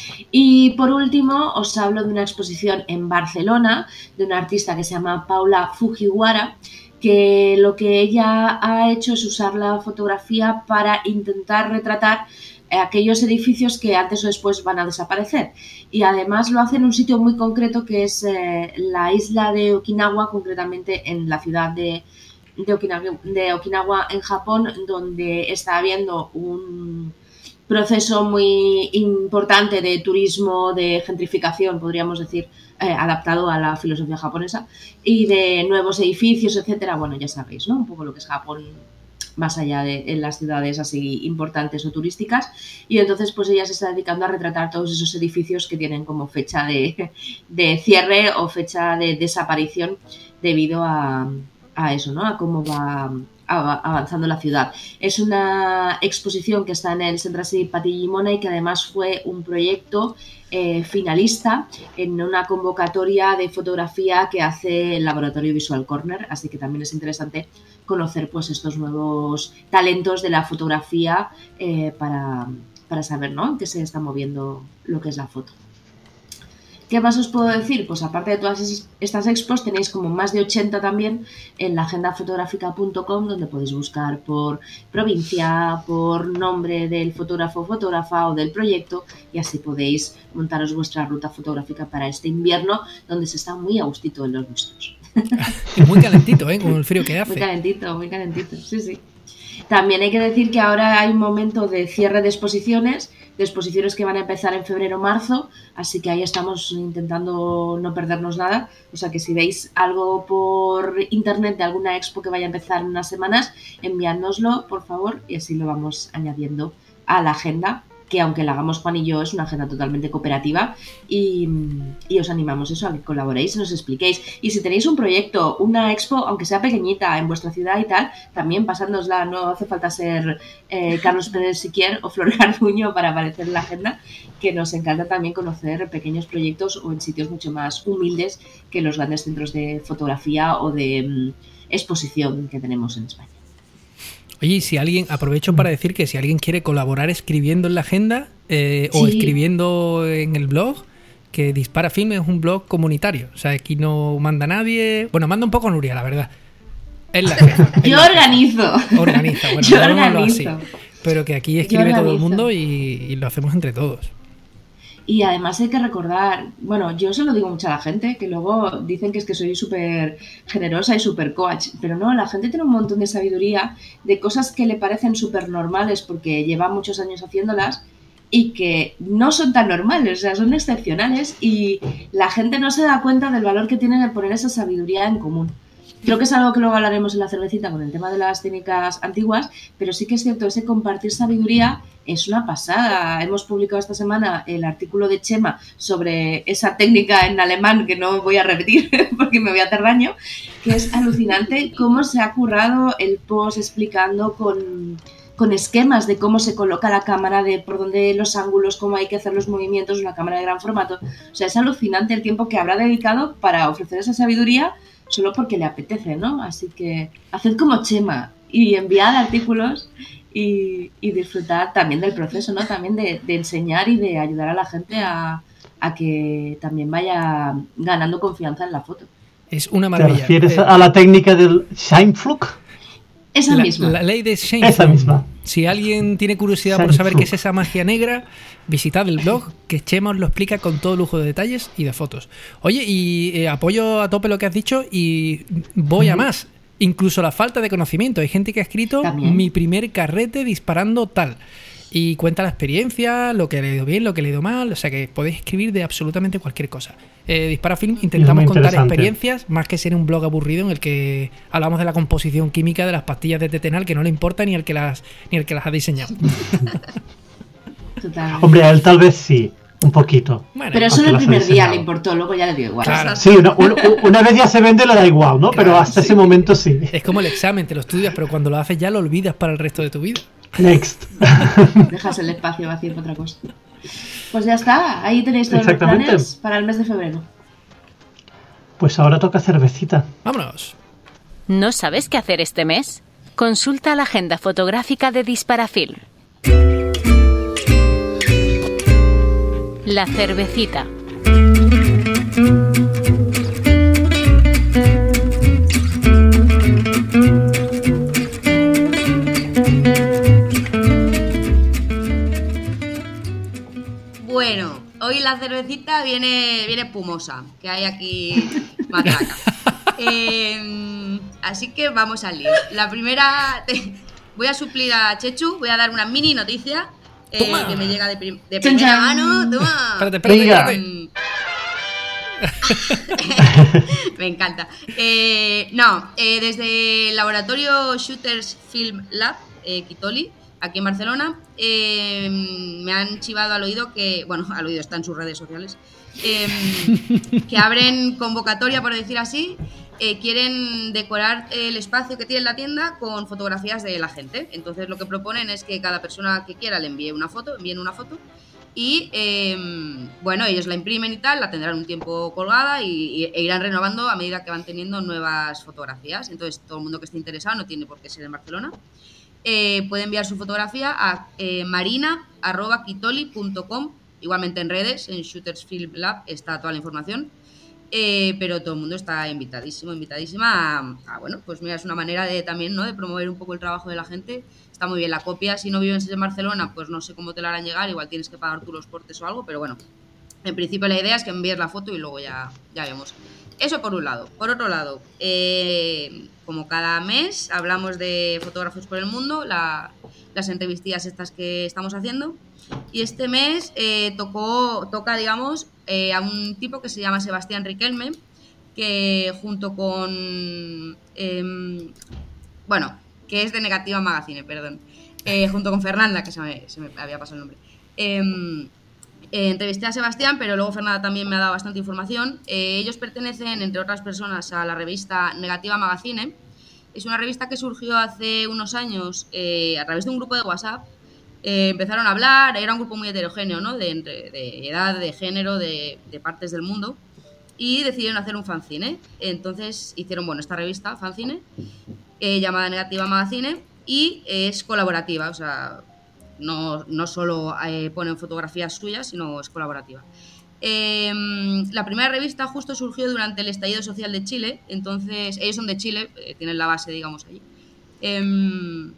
Y por último os hablo de una exposición en Barcelona de una artista que se llama Paula Fujiwara, que lo que ella ha hecho es usar la fotografía para intentar retratar aquellos edificios que antes o después van a desaparecer. Y además lo hace en un sitio muy concreto que es eh, la isla de Okinawa, concretamente en la ciudad de, de, Okinawa, de Okinawa en Japón, donde está habiendo un proceso muy importante de turismo, de gentrificación, podríamos decir, eh, adaptado a la filosofía japonesa, y de nuevos edificios, etcétera. Bueno, ya sabéis, ¿no? Un poco lo que es Japón más allá de en las ciudades así importantes o turísticas, y entonces pues ella se está dedicando a retratar todos esos edificios que tienen como fecha de, de cierre o fecha de desaparición debido a, a eso, ¿no? A cómo va avanzando la ciudad. Es una exposición que está en el Centre Cívic Patí Llimona y que además fue un proyecto eh, finalista en una convocatoria de fotografía que hace el Laboratorio Visual Corner, así que también es interesante conocer pues estos nuevos talentos de la fotografía eh, para, para saber, ¿no?, en qué se está moviendo lo que es la foto. ¿Qué más os puedo decir? Pues aparte de todas estas expos, tenéis como más de ochenta también en la agenda fotográfica punto com, donde podéis buscar por provincia, por nombre del fotógrafo o fotógrafa o del proyecto, y así podéis montaros vuestra ruta fotográfica para este invierno, donde se está muy a gustito en los nuestros. Y muy calentito, ¿eh? Con el frío que hace. Muy calentito, muy calentito, sí, sí. También hay que decir que ahora hay un momento de cierre de exposiciones, de exposiciones que van a empezar en febrero o marzo, así que ahí estamos intentando no perdernos nada. O sea que si veis algo por internet de alguna expo que vaya a empezar en unas semanas, enviádnoslo, por favor, y así lo vamos añadiendo a la agenda, que aunque la hagamos Juan y yo, es una agenda totalmente cooperativa, y, y os animamos eso, a que colaboréis y nos expliquéis. Y si tenéis un proyecto, una expo, aunque sea pequeñita, en vuestra ciudad y tal, también pasádnosla, no hace falta ser eh, Carlos Pérez Siquier o Flor Garduño para aparecer en la agenda, que nos encanta también conocer pequeños proyectos o en sitios mucho más humildes que los grandes centros de fotografía o de um, exposición que tenemos en España. Oye, y si alguien, aprovecho para decir que si alguien quiere colaborar escribiendo en la agenda eh, sí. o escribiendo en el blog, que Dispara Film es un blog comunitario. O sea, aquí no manda nadie. Bueno, manda un poco Nuria, la verdad. Es la jefa. Yo la organizo. Jefa. Organiza, bueno, yo organizo. Así. Pero que aquí escribe todo el mundo y, y lo hacemos entre todos. Y además hay que recordar, bueno, yo se lo digo mucho a la gente, que luego dicen que es que soy súper generosa y súper coach, pero no, la gente tiene un montón de sabiduría de cosas que le parecen súper normales porque lleva muchos años haciéndolas y que no son tan normales, o sea, son excepcionales, y la gente no se da cuenta del valor que tiene el poner esa sabiduría en común. Creo que es algo que luego hablaremos en la cervecita con el tema de las técnicas antiguas, pero sí que es cierto, ese compartir sabiduría es una pasada. Hemos publicado esta semana el artículo de Chema sobre esa técnica en alemán, que no voy a repetir porque me voy a hacer daño, que es alucinante cómo se ha currado el post explicando con, con esquemas de cómo se coloca la cámara, de por dónde los ángulos, cómo hay que hacer los movimientos, una cámara de gran formato. O sea, es alucinante el tiempo que habrá dedicado para ofrecer esa sabiduría solo porque le apetece, ¿no? Así que haced como Chema y enviad artículos y, y disfrutad también del proceso, ¿no? También de, de enseñar y de ayudar a la gente a, a que también vaya ganando confianza en la foto. Es una maravilla. ¿Te refieres a la técnica del Scheinflug? Esa la, misma. La ley de Scheinflug. Esa misma. Si alguien tiene curiosidad por saber qué es esa magia negra, visitad el blog, que Chema os lo explica con todo lujo de detalles y de fotos. Oye, y eh, apoyo a tope lo que has dicho y voy a más. Incluso la falta de conocimiento. Hay gente que ha escrito También. mi primer carrete disparando tal. Y cuenta la experiencia, lo que le ha ido bien, lo que le ha ido mal. O sea que podéis escribir de absolutamente cualquier cosa. Eh, Disparafilm intentamos contar interesante. experiencias más que ser un blog aburrido en el que hablamos de la composición química de las pastillas de Tetenal, que no le importa ni al que las, ni al que las ha diseñado. Totalmente. Hombre, a él tal vez sí, un poquito. Bueno, Pero aunque solo el las ha primer día diseñado. le importó, luego ya le dio igual. Claro. Sí, una, un- una vez ya se vende le da igual, ¿no? Pero Claro, hasta sí. ese momento sí. es como el examen, te lo estudias, pero cuando lo haces ya lo olvidas para el resto de tu vida. Next. Dejas el espacio vacío para otra cosa. Pues ya está, ahí tenéis todos los Exactamente. planes para el mes de febrero. Pues ahora toca cervecita. Vámonos. ¿No sabes qué hacer este mes? Consulta la agenda fotográfica de Disparafilm. La cervecita. Bueno, hoy la cervecita viene, viene espumosa, que hay aquí matraca. Eh, así que vamos al lío. La primera, te- voy a suplir a Chechu, voy a dar una mini noticia eh, Toma. que me llega de, prim- de Chan, primera chan. mano. Toma. Espérate, espérate, Venga. espérate. Mm. Me encanta. Eh, no, eh, desde el laboratorio Shooters Film Lab, eh, Quitoli, aquí en Barcelona, eh, me han chivado al oído que, bueno, al oído, está en sus redes sociales, eh, que abren convocatoria, por decir así. Eh, quieren decorar el espacio que tiene la tienda con fotografías de la gente. Entonces lo que proponen es que cada persona que quiera le envíe una foto, envíen una foto y eh, bueno, ellos la imprimen y tal, la tendrán un tiempo colgada y, y- e irán renovando a medida que van teniendo nuevas fotografías. Entonces todo el mundo que esté interesado, no tiene por qué ser en Barcelona, eh, puede enviar su fotografía a eh, marina arroba quitoli punto com. Igualmente en redes, en Shooters Film Lab está toda la información. Eh, pero todo el mundo está invitadísimo, invitadísima a, a, bueno, pues mira, es una manera de también, ¿no?, de promover un poco el trabajo de la gente. Está muy bien la copia. Si no vives en Barcelona, pues no sé cómo te la harán llegar, igual tienes que pagar tú los portes o algo, pero bueno, en principio la idea es que envíes la foto y luego ya, ya vemos. Eso por un lado. Por otro lado, eh, como cada mes hablamos de fotógrafos por el mundo, la, las entrevistillas estas que estamos haciendo, y este mes eh, tocó, toca, digamos, eh, a un tipo que se llama Sebastián Riquelme, que junto con... Eh, bueno, que es de Negativa Magazine, perdón. Eh, junto con Fernanda, que se me, se me había pasado el nombre. Eh, eh, entrevisté a Sebastián, pero luego Fernanda también me ha dado bastante información. Eh, ellos pertenecen, entre otras personas, a la revista Negativa Magazine. Es una revista que surgió hace unos años eh, a través de un grupo de WhatsApp. Eh, empezaron a hablar, era un grupo muy heterogéneo, ¿no?, de, entre- de edad, de género, de, de partes del mundo, y decidieron hacer un fanzine. Entonces hicieron, bueno, esta revista, fanzine, eh, llamada Negativa Magazine, y es colaborativa, o sea, no, no solo eh, ponen fotografías suyas, sino es colaborativa. Eh, la primera revista justo surgió durante el estallido social de Chile, entonces ellos son de Chile, eh, tienen la base, digamos, allí. Eh,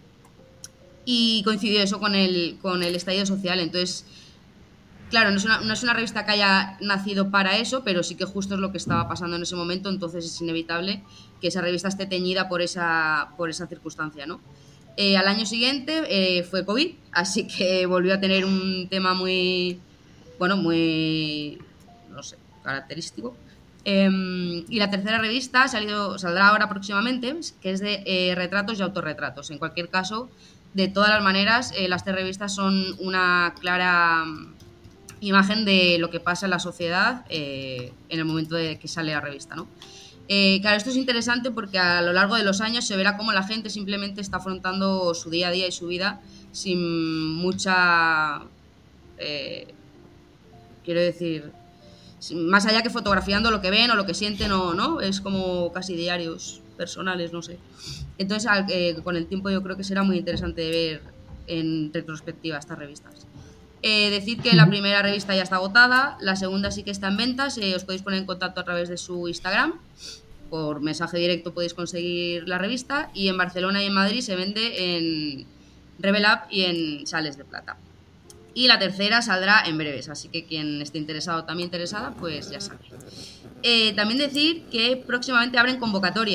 y coincidió eso con el, con el estallido social. Entonces, claro, no es, una, no es una revista que haya nacido para eso, pero sí que justo es lo que estaba pasando en ese momento, entonces es inevitable que esa revista esté teñida por esa, por esa circunstancia, ¿no? Eh, al año siguiente eh, fue COVID, así que volvió a tener un tema muy, bueno, muy, no sé, característico. Eh, y la tercera revista ha salido, saldrá ahora próximamente, que es de eh, retratos y autorretratos. En cualquier caso, de todas las maneras, eh, las tres revistas son una clara mm, imagen de lo que pasa en la sociedad eh, en el momento de que sale la revista, ¿no? Eh, claro, esto es interesante porque a lo largo de los años se verá cómo la gente simplemente está afrontando su día a día y su vida sin mucha... Eh, quiero decir... sin- más allá que fotografiando lo que ven o lo que sienten o no, es como casi diarios personales, no sé. Entonces, al- eh, con el tiempo yo creo que será muy interesante ver en retrospectiva estas revistas. Eh, decir que la primera revista ya está agotada, la segunda sí que está en ventas, eh, os podéis poner en contacto a través de su Instagram, por mensaje directo podéis conseguir la revista, y en Barcelona y en Madrid se vende en Rebel Up y en Sales de Plata. Y la tercera saldrá en breves, así que quien esté interesado o también interesada, pues ya sabe. Eh, también decir que próximamente abren convocatoria.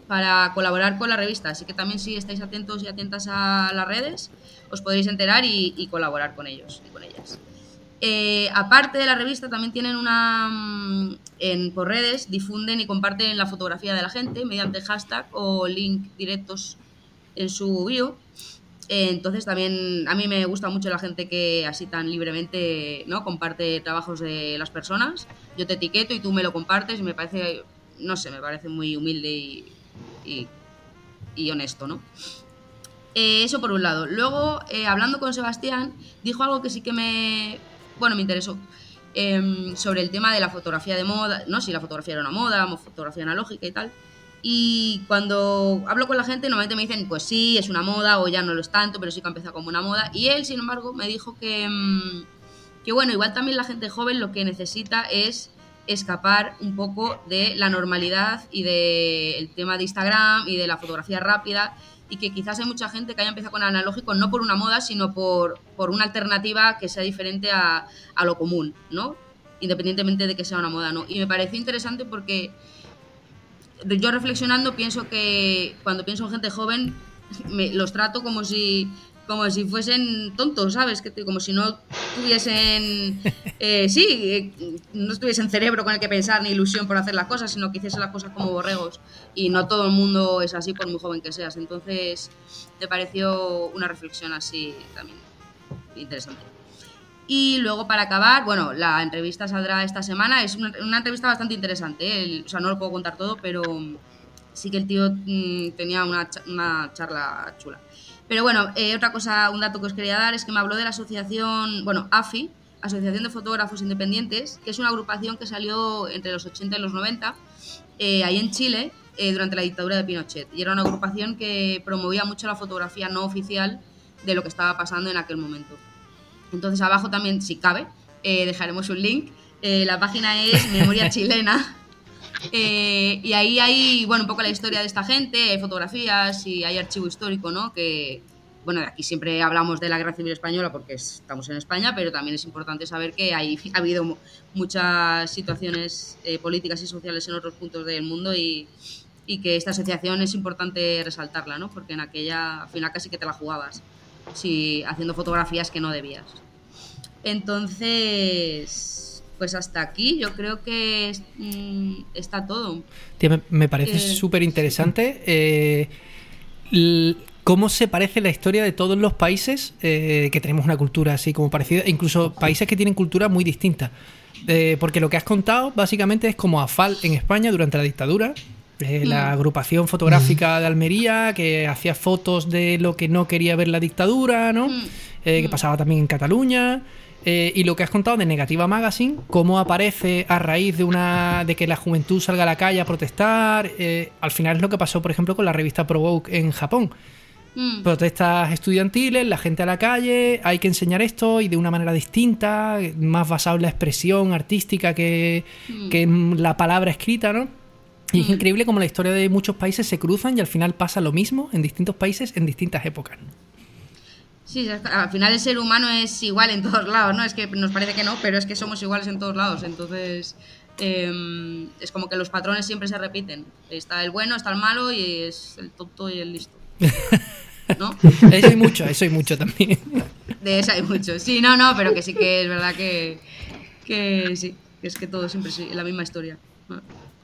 para colaborar con la revista, así que también si estáis atentos y atentas a las redes, os podréis enterar y, y colaborar con ellos y con ellas. Eh, aparte de la revista, también tienen una... En, por redes difunden y comparten la fotografía de la gente mediante hashtag o link directos en su bio. Eh, entonces también a mí me gusta mucho la gente que así tan libremente, ¿no?, comparte trabajos de las personas. Yo te etiqueto y tú me lo compartes y me parece, no sé, me parece muy humilde y, y, y honesto, ¿no? Eh, eso por un lado. Luego, eh, hablando con Sebastián, dijo algo que sí que me... Bueno, me interesó, eh, sobre el tema de la fotografía de moda, ¿no? Si la fotografía era una moda, fotografía analógica y tal. Y cuando hablo con la gente, normalmente me dicen, pues sí, es una moda, o ya no lo es tanto, pero sí que ha empezado como una moda. Y él, sin embargo, me dijo que, que bueno, igual también la gente joven lo que necesita es escapar un poco de la normalidad y del tema de Instagram y de la fotografía rápida, y que quizás hay mucha gente que haya empezado con el analógico no por una moda, sino por, por una alternativa que sea diferente a, a lo común, ¿no? Independientemente de que sea una moda, ¿no? Y me pareció interesante porque yo, reflexionando, pienso que cuando pienso en gente joven me, los trato como si como si fuesen tontos, ¿sabes? Que, como si no tuviesen eh, sí, eh, no tuviesen cerebro con el que pensar ni ilusión por hacer las cosas, sino que hiciesen las cosas como borregos, y no todo el mundo es así por muy joven que seas. Entonces me pareció una reflexión así también interesante. Y luego, para acabar, bueno, la entrevista saldrá esta semana. Es una, una entrevista bastante interesante, ¿eh? El, o sea, no lo puedo contar todo, pero sí que el tío mmm, tenía una, una charla chula. Pero bueno, eh, otra cosa, un dato que os quería dar es que me habló de la asociación, bueno, A F I, Asociación de Fotógrafos Independientes, que es una agrupación que salió entre los ochenta y los noventa, eh, ahí en Chile, eh, durante la dictadura de Pinochet. Y era una agrupación que promovía mucho la fotografía no oficial de lo que estaba pasando en aquel momento. Entonces abajo también, si cabe, eh, dejaremos un link. Eh, la página es Memoria Chilena. Eh, y ahí hay, bueno, un poco la historia de esta gente, hay fotografías y hay archivo histórico, ¿no? Que, bueno, aquí siempre hablamos de la Guerra Civil Española porque estamos en España, pero también es importante saber que hay, ha habido muchas situaciones eh, políticas y sociales en otros puntos del mundo, y, y que esta asociación es importante resaltarla, ¿no? Porque en aquella, al final casi que te la jugabas, si, haciendo fotografías que no debías. Entonces... Pues hasta aquí yo creo que es, mm, está todo. Tía, me, me parece eh, súper interesante eh, l- cómo se parece la historia de todos los países eh, que tenemos una cultura así como parecida, incluso países que tienen cultura muy distinta. Eh, porque lo que has contado básicamente es como A F A L en España durante la dictadura, eh, mm. la agrupación fotográfica de Almería que hacía fotos de lo que no quería ver la dictadura, ¿no? Mm. Eh, que pasaba también en Cataluña. Eh, y lo que has contado de Negativa Magazine, cómo aparece a raíz de una de que la juventud salga a la calle a protestar. Eh, al final es lo que pasó, por ejemplo, con la revista Provoke en Japón. Mm. Protestas estudiantiles, la gente a la calle, hay que enseñar esto y de una manera distinta, más basado en la expresión artística que, mm. que en la palabra escrita, ¿no? Y mm. es increíble cómo la historia de muchos países se cruzan y al final pasa lo mismo en distintos países en distintas épocas. Sí, al final el ser humano es igual en todos lados, ¿no? Es que nos parece que no, pero es que somos iguales en todos lados. Entonces, eh, es como que los patrones siempre se repiten. Está el bueno, está el malo y es el tonto y el listo, ¿no? Eso hay mucho, eso hay mucho también. De eso hay mucho. Sí, no, no, pero que sí que es verdad que, que sí, que es que todo siempre es la misma historia, ¿no?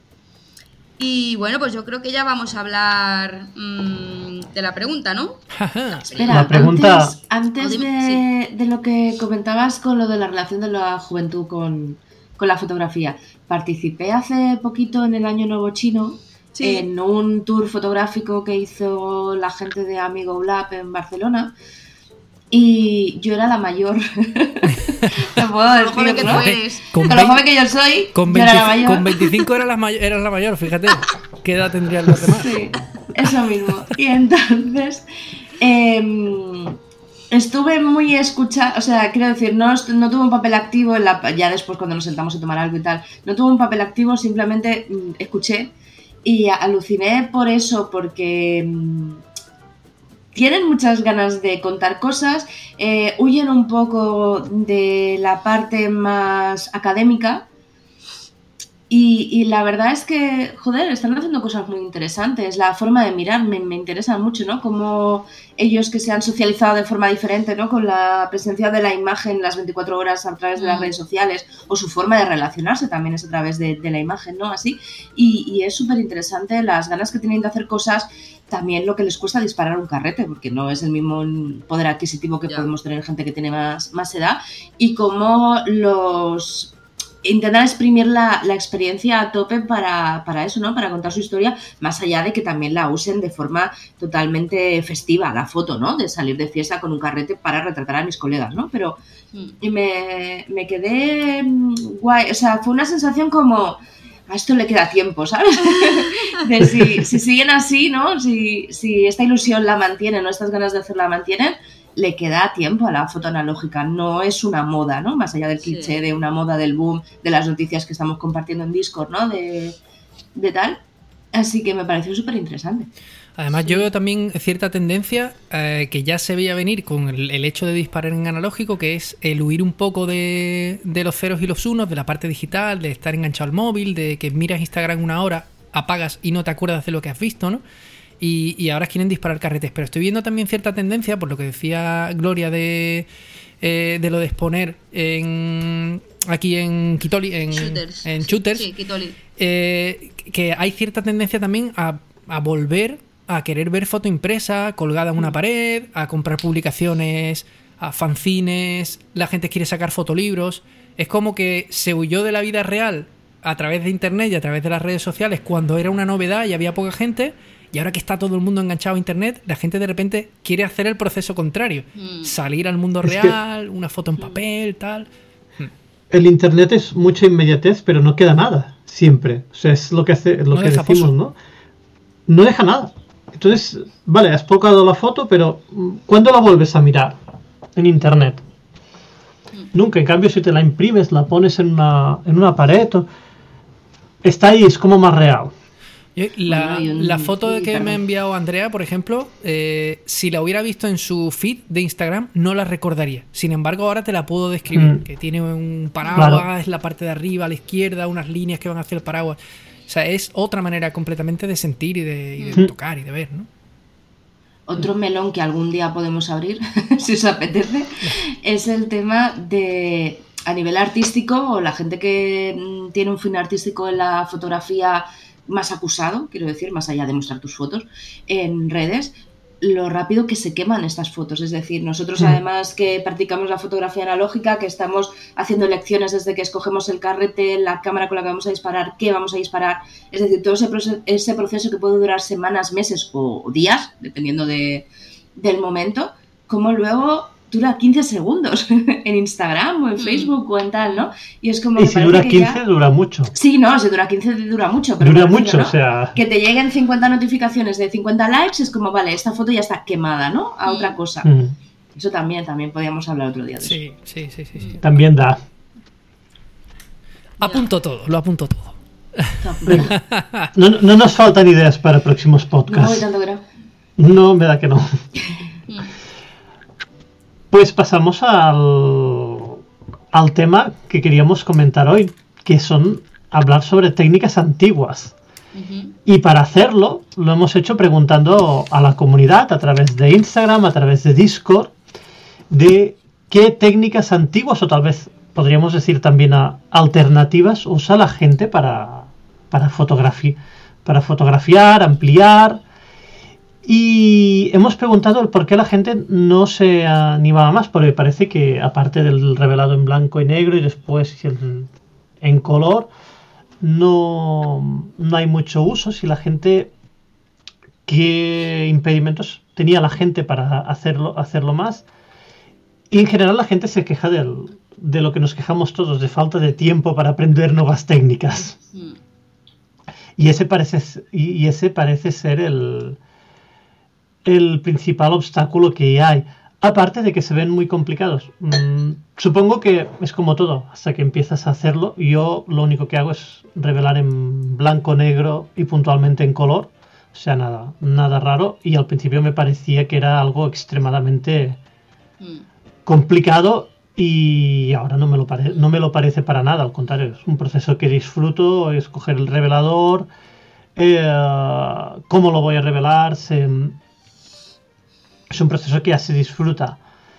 Y bueno, pues yo creo que ya vamos a hablar mmm, de la pregunta, ¿no? Espera, la pregunta... antes, antes de, sí. de lo que comentabas con lo de la relación de la juventud con, con la fotografía. Participé hace poquito en el Año Nuevo Chino, sí. en un tour fotográfico que hizo la gente de Amigo Lab en Barcelona. Y yo era la mayor. No puedo decir, joven que ¿no? tú eres. Con, con lo joven que yo soy, con veinte, yo era la mayor. Con veinticinco eras la, may- eras la mayor, fíjate. ¿Qué edad tendrían los demás? Sí, eso mismo. Y entonces eh, estuve muy escuchada, o sea, quiero decir, no, no tuve un papel activo en la, ya después cuando nos sentamos a tomar algo y tal, no tuve un papel activo, simplemente mm, escuché y aluciné por eso, porque... Mm, tienen muchas ganas de contar cosas, eh, huyen un poco de la parte más académica Y, y la verdad es que, joder, están haciendo cosas muy interesantes. La forma de mirar me, me interesa mucho, ¿no? Como ellos que se han socializado de forma diferente, ¿no? Con la presencia de la imagen las veinticuatro horas a través de las redes sociales, o su forma de relacionarse también es a través de, de la imagen, ¿no? Así. Y, y es súper interesante las ganas que tienen de hacer cosas, también lo que les cuesta disparar un carrete, porque no es el mismo poder adquisitivo que Ya. podemos tener gente que tiene más, más edad, y cómo los... intentar exprimir la, la experiencia a tope para, para eso, ¿no? Para contar su historia, más allá de que también la usen de forma totalmente festiva, la foto, ¿no? De salir de fiesta con un carrete para retratar a mis colegas, ¿no? Pero Mm. me, me quedé guay, o sea, fue una sensación como... a esto le queda tiempo, ¿sabes? De si, si siguen así, ¿no? Si, si esta ilusión la mantienen, ¿no? Estas ganas de hacerla mantienen, le queda tiempo a la foto analógica. No es una moda, ¿no? Más allá del Sí. cliché de una moda del boom, de las noticias que estamos compartiendo en Discord, ¿no? De, de tal. Así que me pareció súper interesante. Además, yo veo también cierta tendencia eh, que ya se veía venir con el, el hecho de disparar en analógico, que es el huir un poco de, de los ceros y los unos, de la parte digital, de estar enganchado al móvil, de que miras Instagram una hora, apagas y no te acuerdas de lo que has visto, ¿no? Y, y ahora quieren disparar carretes. Pero estoy viendo también cierta tendencia, por lo que decía Gloria de, eh, de lo de exponer en, aquí en Kitoli, en Shooters. en shooters Sí, Kitoli. eh, que hay cierta tendencia también a, a volver a querer ver foto impresa colgada en una pared, a comprar publicaciones, a fanzines, la gente quiere sacar fotolibros. Es como que se huyó de la vida real a través de internet y a través de las redes sociales cuando era una novedad y había poca gente, y ahora que está todo el mundo enganchado a internet, la gente de repente quiere hacer el proceso contrario, Mm. salir al mundo Es que- real, una foto en papel, tal. El internet es mucha inmediatez, pero no queda nada, siempre. O sea, es lo que, hace, lo No que deja decimos, pozo. ¿no? No deja nada. Entonces, vale, has colgado la foto, pero mm, ¿cuándo la vuelves a mirar en internet? Nunca. En cambio, si te la imprimes, la pones en una, en una pared, o- está ahí, es como más real. Yo, la, Bueno, y un- la foto sí, que me ha perdón. enviado Andrea, por ejemplo, eh, si la hubiera visto en su feed de Instagram, no la recordaría. Sin embargo, ahora te la puedo describir. Mm. Que tiene un paraguas, Claro. es la parte de arriba, a la izquierda, unas líneas que van hacia el paraguas. O sea, es otra manera completamente de sentir y de, y de Mm. tocar y de ver, ¿no? Otro melón que algún día podemos abrir, si os apetece, es el tema de, a nivel artístico, o la gente que mm, tiene un fin artístico en la fotografía más acusado, quiero decir, más allá de mostrar tus fotos en redes, lo rápido que se queman estas fotos. Es decir, nosotros Mm. además que practicamos la fotografía analógica, que estamos haciendo lecciones desde que escogemos el carrete, la cámara con la que vamos a disparar, qué vamos a disparar, es decir, todo ese, proce- ese proceso que puede durar semanas, meses o días, dependiendo de, del momento, como luego dura quince segundos en Instagram o en Mm. Facebook o en tal, ¿no? Y es como Y que si parece dura que quince, ya... dura mucho. Sí, no, si dura quince dura mucho. Pero Dura me refiero, mucho, ¿no? o sea... Que te lleguen cincuenta notificaciones de cincuenta likes, es como, vale, esta foto ya está quemada, ¿no? A Mm. otra cosa. mm, Eso también, también podíamos hablar otro día de eso. Sí, sí, sí, sí, sí. también da. Apunto todo, lo apunto todo. Venga. No, no nos faltan ideas para próximos No, y podcasts. tanto que no. No, me da que no. Mm. Pues pasamos al, al tema que queríamos comentar hoy, que son hablar sobre técnicas antiguas. Ujú. Y para hacerlo, lo hemos hecho preguntando a la comunidad a través de Instagram, a través de Discord, de qué técnicas antiguas, o tal vez podríamos decir también a, alternativas, usa la gente para, para, fotografi- para fotografiar, ampliar. Y hemos preguntado el por qué la gente no se animaba más, porque parece que aparte del revelado en blanco y negro y después el, en color, no, no hay mucho uso. Si la gente, ¿qué impedimentos tenía la gente para hacerlo, hacerlo más? Y en general la gente se queja del, de lo que nos quejamos todos, de falta de tiempo para aprender nuevas técnicas. Mm. Y ese parece, y y ese parece ser el, el principal obstáculo que hay. Aparte de que se ven muy complicados. Mm, supongo que es como todo. Hasta que empiezas a hacerlo, yo lo único que hago es revelar en blanco, negro y puntualmente en color. O sea, nada, nada raro. Y al principio me parecía que era algo extremadamente Mm. complicado Y ahora no me, lo pare- no me lo parece para nada, al contrario, es un proceso que disfruto, escoger el revelador, eh, cómo lo voy a revelar, se, es un proceso que ya se disfruta.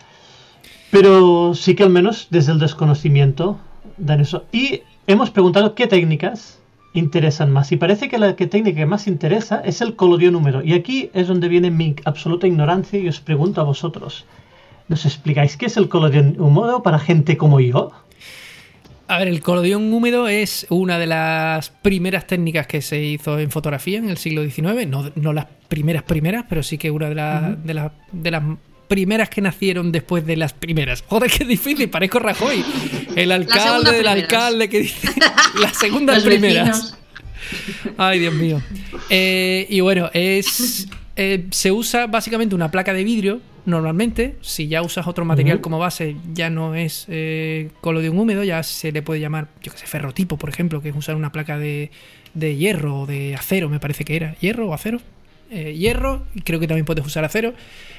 Pero sí que al menos desde el desconocimiento dan eso. Y hemos preguntado qué técnicas interesan más. Y parece que la que técnica que más interesa es el collodion húmedo. Y aquí es donde viene mi absoluta ignorancia y os pregunto a vosotros. ¿Nos explicáis qué es el collodion húmedo para gente como yo? A ver, el collodion húmedo es una de las primeras técnicas que se hizo en fotografía en el siglo diecinueve. No, no las primeras primeras, pero sí que una de, la, uh-huh. de, la, de las primeras que nacieron después de las primeras. Joder, qué difícil, parezco Rajoy. El alcalde del alcalde que dice las segundas primeras. Ay, Dios mío. Eh, y bueno, es eh, se usa básicamente una placa de vidrio. Normalmente, si ya usas otro material uh-huh. como base, ya no es eh, collodion húmedo, ya se le puede llamar, yo que sé, ferrotipo, por ejemplo, que es usar una placa de, de hierro o de acero, me parece que era. ¿Hierro o acero? Eh, hierro, y creo que también puedes usar acero.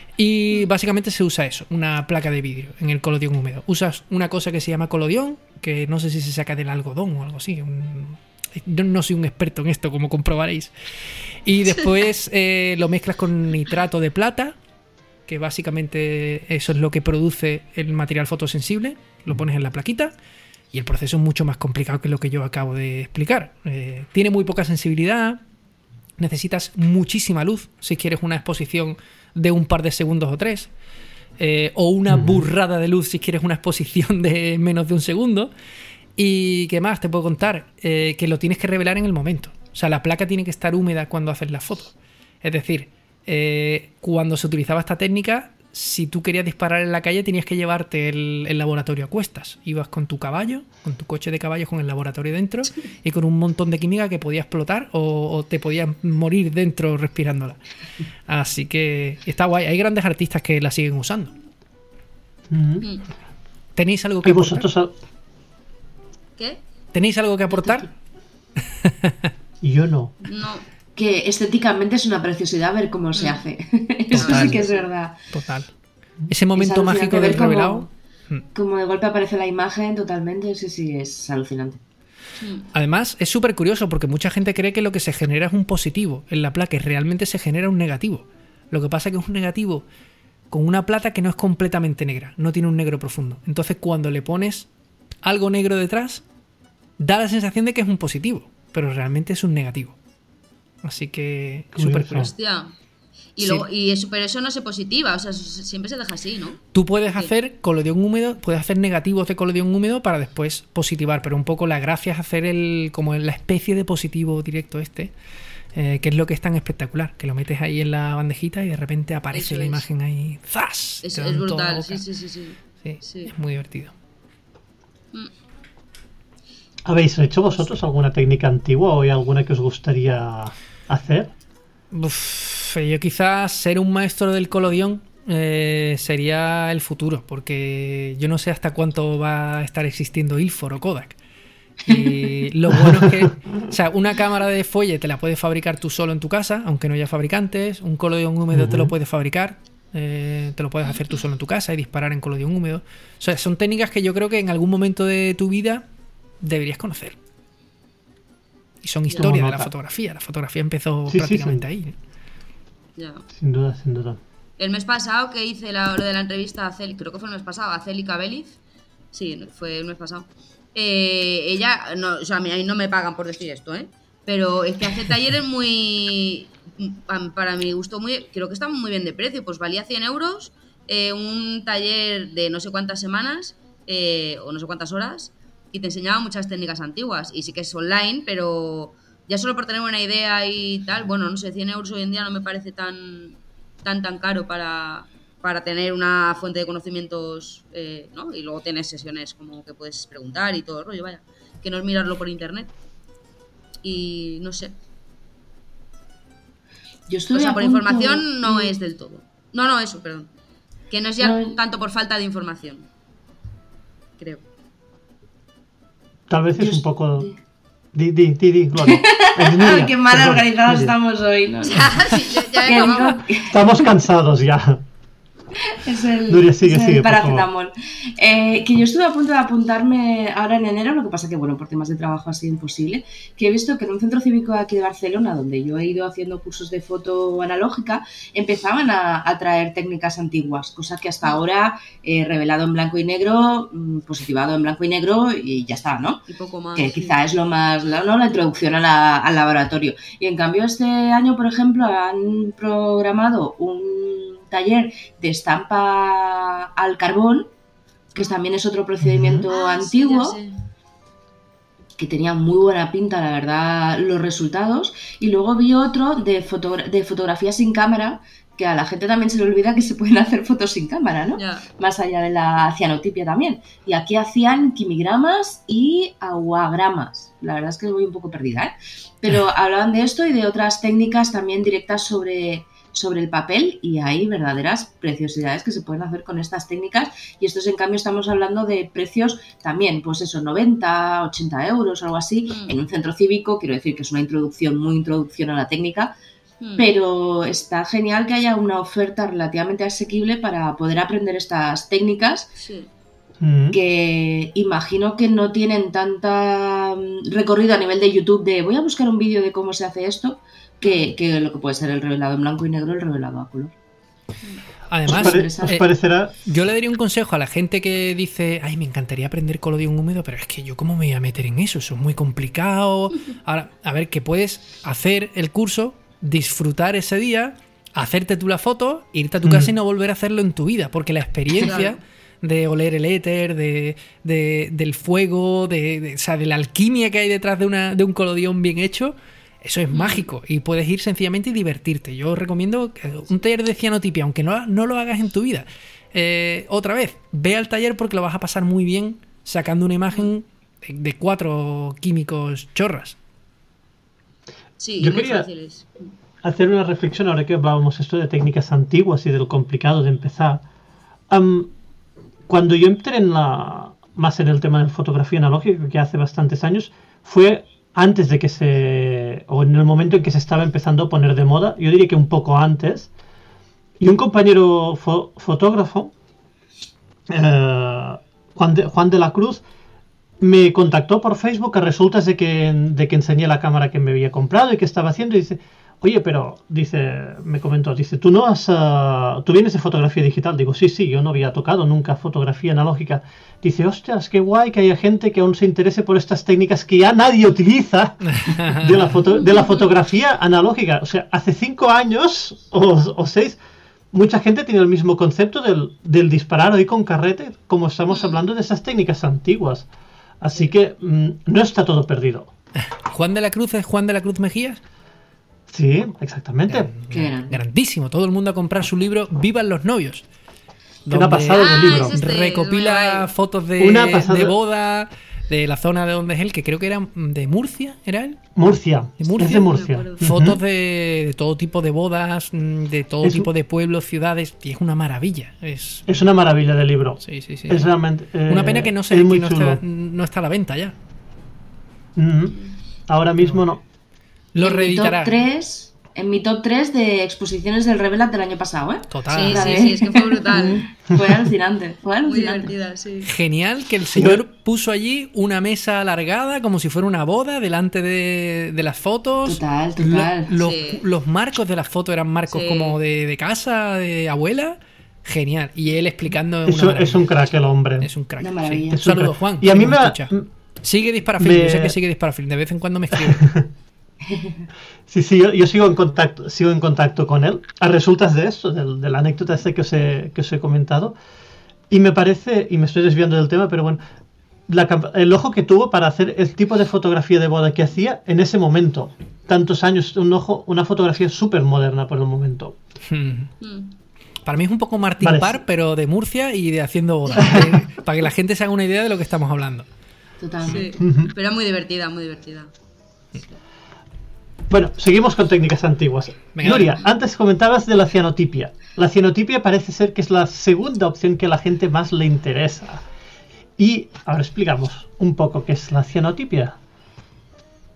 Y básicamente se usa eso, una placa de vidrio en el collodion húmedo. Usas una cosa que se llama collodion, que no sé si se saca del algodón o algo así. Un, no, no soy un experto en esto, como comprobaréis. Y después eh, lo mezclas con nitrato de plata, que básicamente eso es lo que produce el material fotosensible. Lo pones en la plaquita y el proceso es mucho más complicado que lo que yo acabo de explicar. Eh, tiene muy poca sensibilidad, necesitas muchísima luz si quieres una exposición de un par de segundos o tres, eh, o una burrada de luz si quieres una exposición de menos de un segundo. Y qué más te puedo contar, eh, que lo tienes que revelar en el momento. O sea, la placa tiene que estar húmeda cuando haces la foto. Es decir, eh, cuando se utilizaba esta técnica, si tú querías disparar en la calle tenías que llevarte el, el laboratorio a cuestas. Ibas con tu caballo, con tu coche de caballos con el laboratorio dentro y con un montón de química que podía explotar o, o te podías morir dentro respirándola. Así que está guay. Hay grandes artistas que la siguen usando. Mm-hmm. ¿Tenéis algo que ¿Y vosotros aportar? ¿Qué? ¿Tenéis algo que aportar? Yo no. No. Que estéticamente es una preciosidad ver cómo se hace. Eso Total. sí que es verdad. Total. Ese momento mágico del revelado. Como, como de golpe aparece la imagen totalmente, sí, sí, es alucinante. Además, es súper curioso porque mucha gente cree que lo que se genera es un positivo en la placa y realmente se genera un negativo. Lo que pasa es que es un negativo con una plata que no es completamente negra, no tiene un negro profundo. Entonces, cuando le pones algo negro detrás, da la sensación de que es un positivo, pero realmente es un negativo. Así que súper curioso. Hostia. Y, Sí. luego, y eso, pero eso no se positiva, o sea, eso siempre se deja así, ¿no? Tú puedes Sí. hacer collodion húmedo, puedes hacer negativos de collodion húmedo para después positivar, pero un poco la gracia es hacer el como la especie de positivo directo este, eh, que es lo que es tan espectacular, que lo metes ahí en la bandejita y de repente aparece Eso la es. imagen ahí, ¡zas! Es, Te es dan toda la brutal, boca. sí, sí, sí, sí. Sí, Sí. es muy divertido. ¿Habéis hecho vosotros alguna técnica antigua o hay alguna que os gustaría hacer? Uf, yo quizás ser un maestro del collodion eh, sería el futuro, porque yo no sé hasta cuánto va a estar existiendo Ilford o Kodak. Y lo bueno es que, o sea, una cámara de folle te la puedes fabricar tú solo en tu casa, aunque no haya fabricantes. Un collodion húmedo uh-huh. te lo puedes fabricar, eh, te lo puedes hacer tú solo en tu casa y disparar en collodion húmedo. O sea, son técnicas que yo creo que en algún momento de tu vida deberías conocer. Y son historia no, de la no, fotografía. La fotografía empezó sí, prácticamente sí, sí. ahí. Ya. Sin duda, sin duda. El mes pasado que hice la, lo de la entrevista a Celi, creo que fue el mes pasado, a Celica Beliz. Sí, fue el mes pasado. Eh, ella, no, o sea, a mí no me pagan por decir esto, ¿eh? Pero es que hace talleres muy, para mi gusto, muy, creo que están muy bien de precio. Pues valía cien euros, eh, un taller de no sé cuántas semanas, eh, o no sé cuántas horas, y te enseñaba muchas técnicas antiguas. Y sí que es online, pero ya solo por tener una idea y tal, bueno, no sé, cien euros hoy en día no me parece tan, tan, tan caro para... para tener una fuente de conocimientos, eh, ¿no? Y luego tienes sesiones como que puedes preguntar y todo el rollo, vaya. Que no es mirarlo por internet. Y no sé. Yo estuve o sea, a por punto... información no es del todo. No, no, eso, perdón. Que no es ya No. tanto por falta de información. Creo. Tal vez es Yo un poco... sí. Di, di, di, di, Gloria. Eh, Nuria, Ay, qué mal perdón, organizados di, di. estamos hoy, ¿no? Ya, sí, ya, ya Que acabamos. digo- Estamos cansados ya. Es el, Nuria, sigue, es el sigue, por paracetamol. Eh, que yo estuve a punto de apuntarme ahora en enero, lo que pasa que, bueno, por temas de trabajo ha sido imposible, que he visto que en un centro cívico aquí de Barcelona, donde yo he ido haciendo cursos de foto analógica, empezaban a, a traer técnicas antiguas, cosa que hasta ahora he revelado en blanco y negro, positivado en blanco y negro y ya está, ¿no? Y poco más. Que sí. quizá es lo más, ¿no? La introducción a la, al laboratorio. Y en cambio este año, por ejemplo, han programado un taller de estampa al carbón, que también es otro procedimiento Ah, antiguo, sí, ya sé. que tenía muy buena pinta, la verdad, los resultados. Y luego vi otro de, fotogra- de fotografía sin cámara, que a la gente también se le olvida que se pueden hacer fotos sin cámara, ¿no? Ya. Más allá de la cianotipia también. Y aquí hacían quimigramas y aguagramas. La verdad es que voy un poco perdida, ¿eh? Pero hablaban de esto y de otras técnicas también directas sobre, sobre el papel, y hay verdaderas preciosidades que se pueden hacer con estas técnicas. Y estos, en cambio, estamos hablando de precios también, pues eso, noventa, ochenta euros, algo así, Mm. en un centro cívico. Quiero decir que es una introducción, muy introducción a la técnica, Mm. pero está genial que haya una oferta relativamente asequible para poder aprender estas técnicas, Sí. Mm. que imagino que no tienen tanta mm, recorrido a nivel de YouTube de voy a buscar un vídeo de cómo se hace esto, que, que lo que puede ser el revelado en blanco y negro, el revelado a color. Además, ¿Os, pare- eh, os parecerá? yo le daría un consejo a la gente que dice, ay, me encantaría aprender colodión húmedo, pero es que yo cómo me voy a meter en eso, eso es muy complicado. Ahora, a ver, que puedes hacer el curso, disfrutar ese día, hacerte tú la foto, irte a tu casa Mm. y no volver a hacerlo en tu vida, porque la experiencia Claro. de oler el éter, de, de- del fuego, de, de- o sea, de la alquimia que hay detrás de, una, de un colodión bien hecho, eso es mágico y puedes ir sencillamente y divertirte. Yo os recomiendo que un taller de cianotipia, aunque no, no lo hagas en tu vida. Eh, otra vez, ve al taller porque lo vas a pasar muy bien sacando una imagen de, de cuatro químicos chorras. Sí, Yo muy quería- fáciles. Hacer una reflexión ahora que hablábamos esto de técnicas antiguas y de lo complicado de empezar. Am, cuando yo entré en la, más en el tema de fotografía analógica, que hace bastantes años, fue antes de que se, o en el momento en que se estaba empezando a poner de moda, yo diría que un poco antes, y un compañero fo- fotógrafo, eh, Juan, de, Juan de la Cruz, me contactó por Facebook a resultas de que, de que enseñé la cámara que me había comprado y que estaba haciendo, y dice, oye, pero, dice, me comentó, dice, tú no has, uh, tú vienes de fotografía digital. Digo, sí, sí, yo no había tocado nunca fotografía analógica. Dice, ostras, qué guay que haya gente que aún se interese por estas técnicas que ya nadie utiliza de la, foto, de la fotografía analógica. O sea, hace cinco años o, o seis, mucha gente tiene el mismo concepto del, del disparar hoy con carrete, como estamos hablando de esas técnicas antiguas. Así que mmm, no está todo perdido. ¿Juan de la Cruz es Juan de la Cruz Mejías? Sí, exactamente. Gran- Qué grande. grandísimo. Todo el mundo a comprar su libro Vivan los novios. ¿Qué me ha donde pasado Ah, del libro? es este, recopila es muy guay. fotos de, Una pasada. de boda, de la zona de donde es él, que creo que era de Murcia, ¿era él? Murcia. ¿De Murcia? Es de Murcia. No me acuerdo. Ujú. Fotos de, de todo tipo de bodas, mm, de todo Es un- tipo de pueblos, ciudades, y es una maravilla. Es, Es una maravilla de libro. sí, sí, sí. Es realmente. eh, Una pena que no, se, es que muy no, chulo. está, no está a la venta ya. Ujú. Ahora mismo no. Lo en mi top reeditará. tres, en mi top tres de exposiciones del Revelat del año pasado, ¿eh? Total. Sí, La sí, de- sí, es que fue brutal. Fue alucinante, fue Muy alucinante. divertida, sí. Genial que el señor puso allí una mesa alargada como si fuera una boda delante de, de las fotos. Total, total. Lo- los, Sí. los marcos de las fotos eran marcos Sí. como de, de casa, de abuela. Genial. Y él explicando una Es, un- maravilla. es un crack el hombre. Es un crack. Una sí. maravilla. Un Es un saludo, crack. Juan. Y a si mí nos me. escucha. Sigue Disparafilm. me- Yo sé que sigue Disparafilm. De vez en cuando me escribe. Sí, sí, yo, yo sigo en contacto, sigo en contacto con él. A resultas de esto, del- de, la anécdota esta que os, he, que os he comentado. Y me parece, y me estoy desviando del tema, pero bueno, la camp- el ojo que tuvo para hacer el tipo de fotografía de boda que hacía en ese momento. Tantos años, un ojo, una fotografía súper moderna por el momento. Hmm. Mm. Para mí es un poco Martín Vale. Parr, pero de Murcia y de haciendo bodas. Eh, para que la gente se haga una idea de lo que estamos hablando. Totalmente. Sí. Pero muy divertida, muy divertida. Bueno, seguimos con técnicas antiguas. Venga, Nuria, vale. antes comentabas de la cianotipia. La cianotipia parece ser que es la segunda opción que a la gente más le interesa. Y ahora explicamos un poco qué es la cianotipia.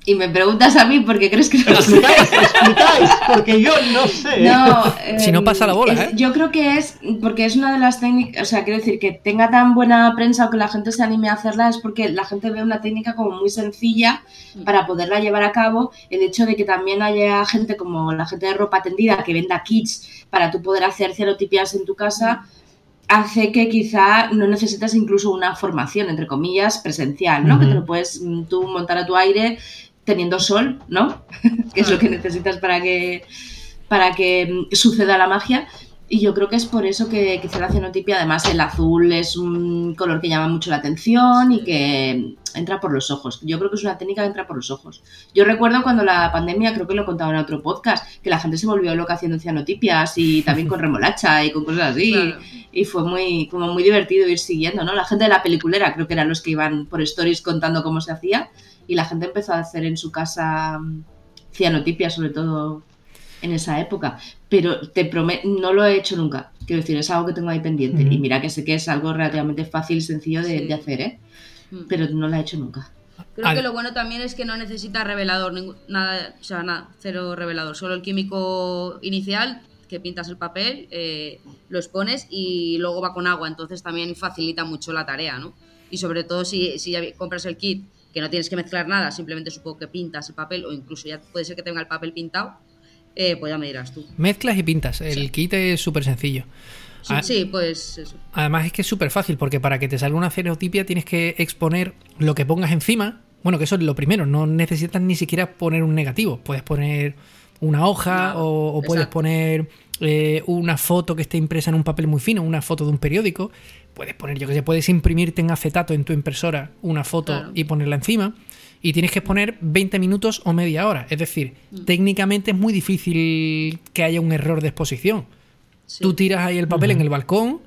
Y me preguntas a mí porque crees que no lo sé. Explicáis, explicáis, porque yo no sé. No, eh, Si no pasa la bola, es- ¿eh? Yo creo que es porque es una de las técnicas, o sea, quiero decir, que tenga tan buena prensa o que la gente se anime a hacerla es porque la gente ve una técnica como muy sencilla para poderla llevar a cabo. El hecho de que también haya gente como la gente de ropa tendida que venda kits para tú poder hacer cianotipias en tu casa hace que quizá no necesitas incluso una formación, entre comillas, presencial, ¿no? Ujú. Que te lo puedes mm, tú montar a tu aire teniendo sol, ¿no? Que es lo que necesitas para que, para que mm, suceda la magia. Y yo creo que es por eso que quizá la cianotipia, además el azul es un color que llama mucho la atención y que entra por los ojos. Yo creo que es una técnica que entra por los ojos. Yo recuerdo cuando la pandemia, creo que lo contaba en otro podcast, que la gente se volvió loca haciendo cianotipias y también con remolacha y con cosas así. Claro. Y fue muy, como muy divertido ir siguiendo, ¿no? La gente de la peliculera creo que eran los que iban por stories contando cómo se hacía y la gente empezó a hacer en su casa mm, cianotipia, sobre todo en esa época. Pero te prometo, no lo he hecho nunca. Quiero decir, es algo que tengo ahí pendiente. Ujú. Y mira que sé que es algo relativamente fácil y sencillo de, Sí. de hacer, ¿eh? Mm. Pero no lo he hecho nunca. Creo Al- que lo bueno también es que no necesita revelador, ningún- nada, o sea, nada, cero revelador, solo el químico inicial, que pintas el papel, eh, lo expones y luego va con agua, entonces también facilita mucho la tarea, ¿no? Y sobre todo si, si ya compras el kit, que no tienes que mezclar nada, simplemente supongo que pintas el papel, o incluso ya puede ser que tenga el papel pintado, eh, pues ya me dirás tú. Mezclas y pintas. El kit es súper sencillo. Sí, Ah, sí, pues eso. Además es que es súper fácil, porque para que te salga una cianotipia tienes que exponer lo que pongas encima. Bueno, que eso es lo primero, no necesitas ni siquiera poner un negativo. Puedes poner una hoja No, o, o puedes exacto. poner eh, una foto que esté impresa en un papel muy fino, una foto de un periódico. Puedes poner, yo que sé, puedes imprimirte en acetato en tu impresora una foto Claro. y ponerla encima. Y tienes que exponer veinte minutos o media hora. Es decir, Mm. técnicamente es muy difícil que haya un error de exposición. Sí. Tú tiras ahí el papel Ujú. en el balcón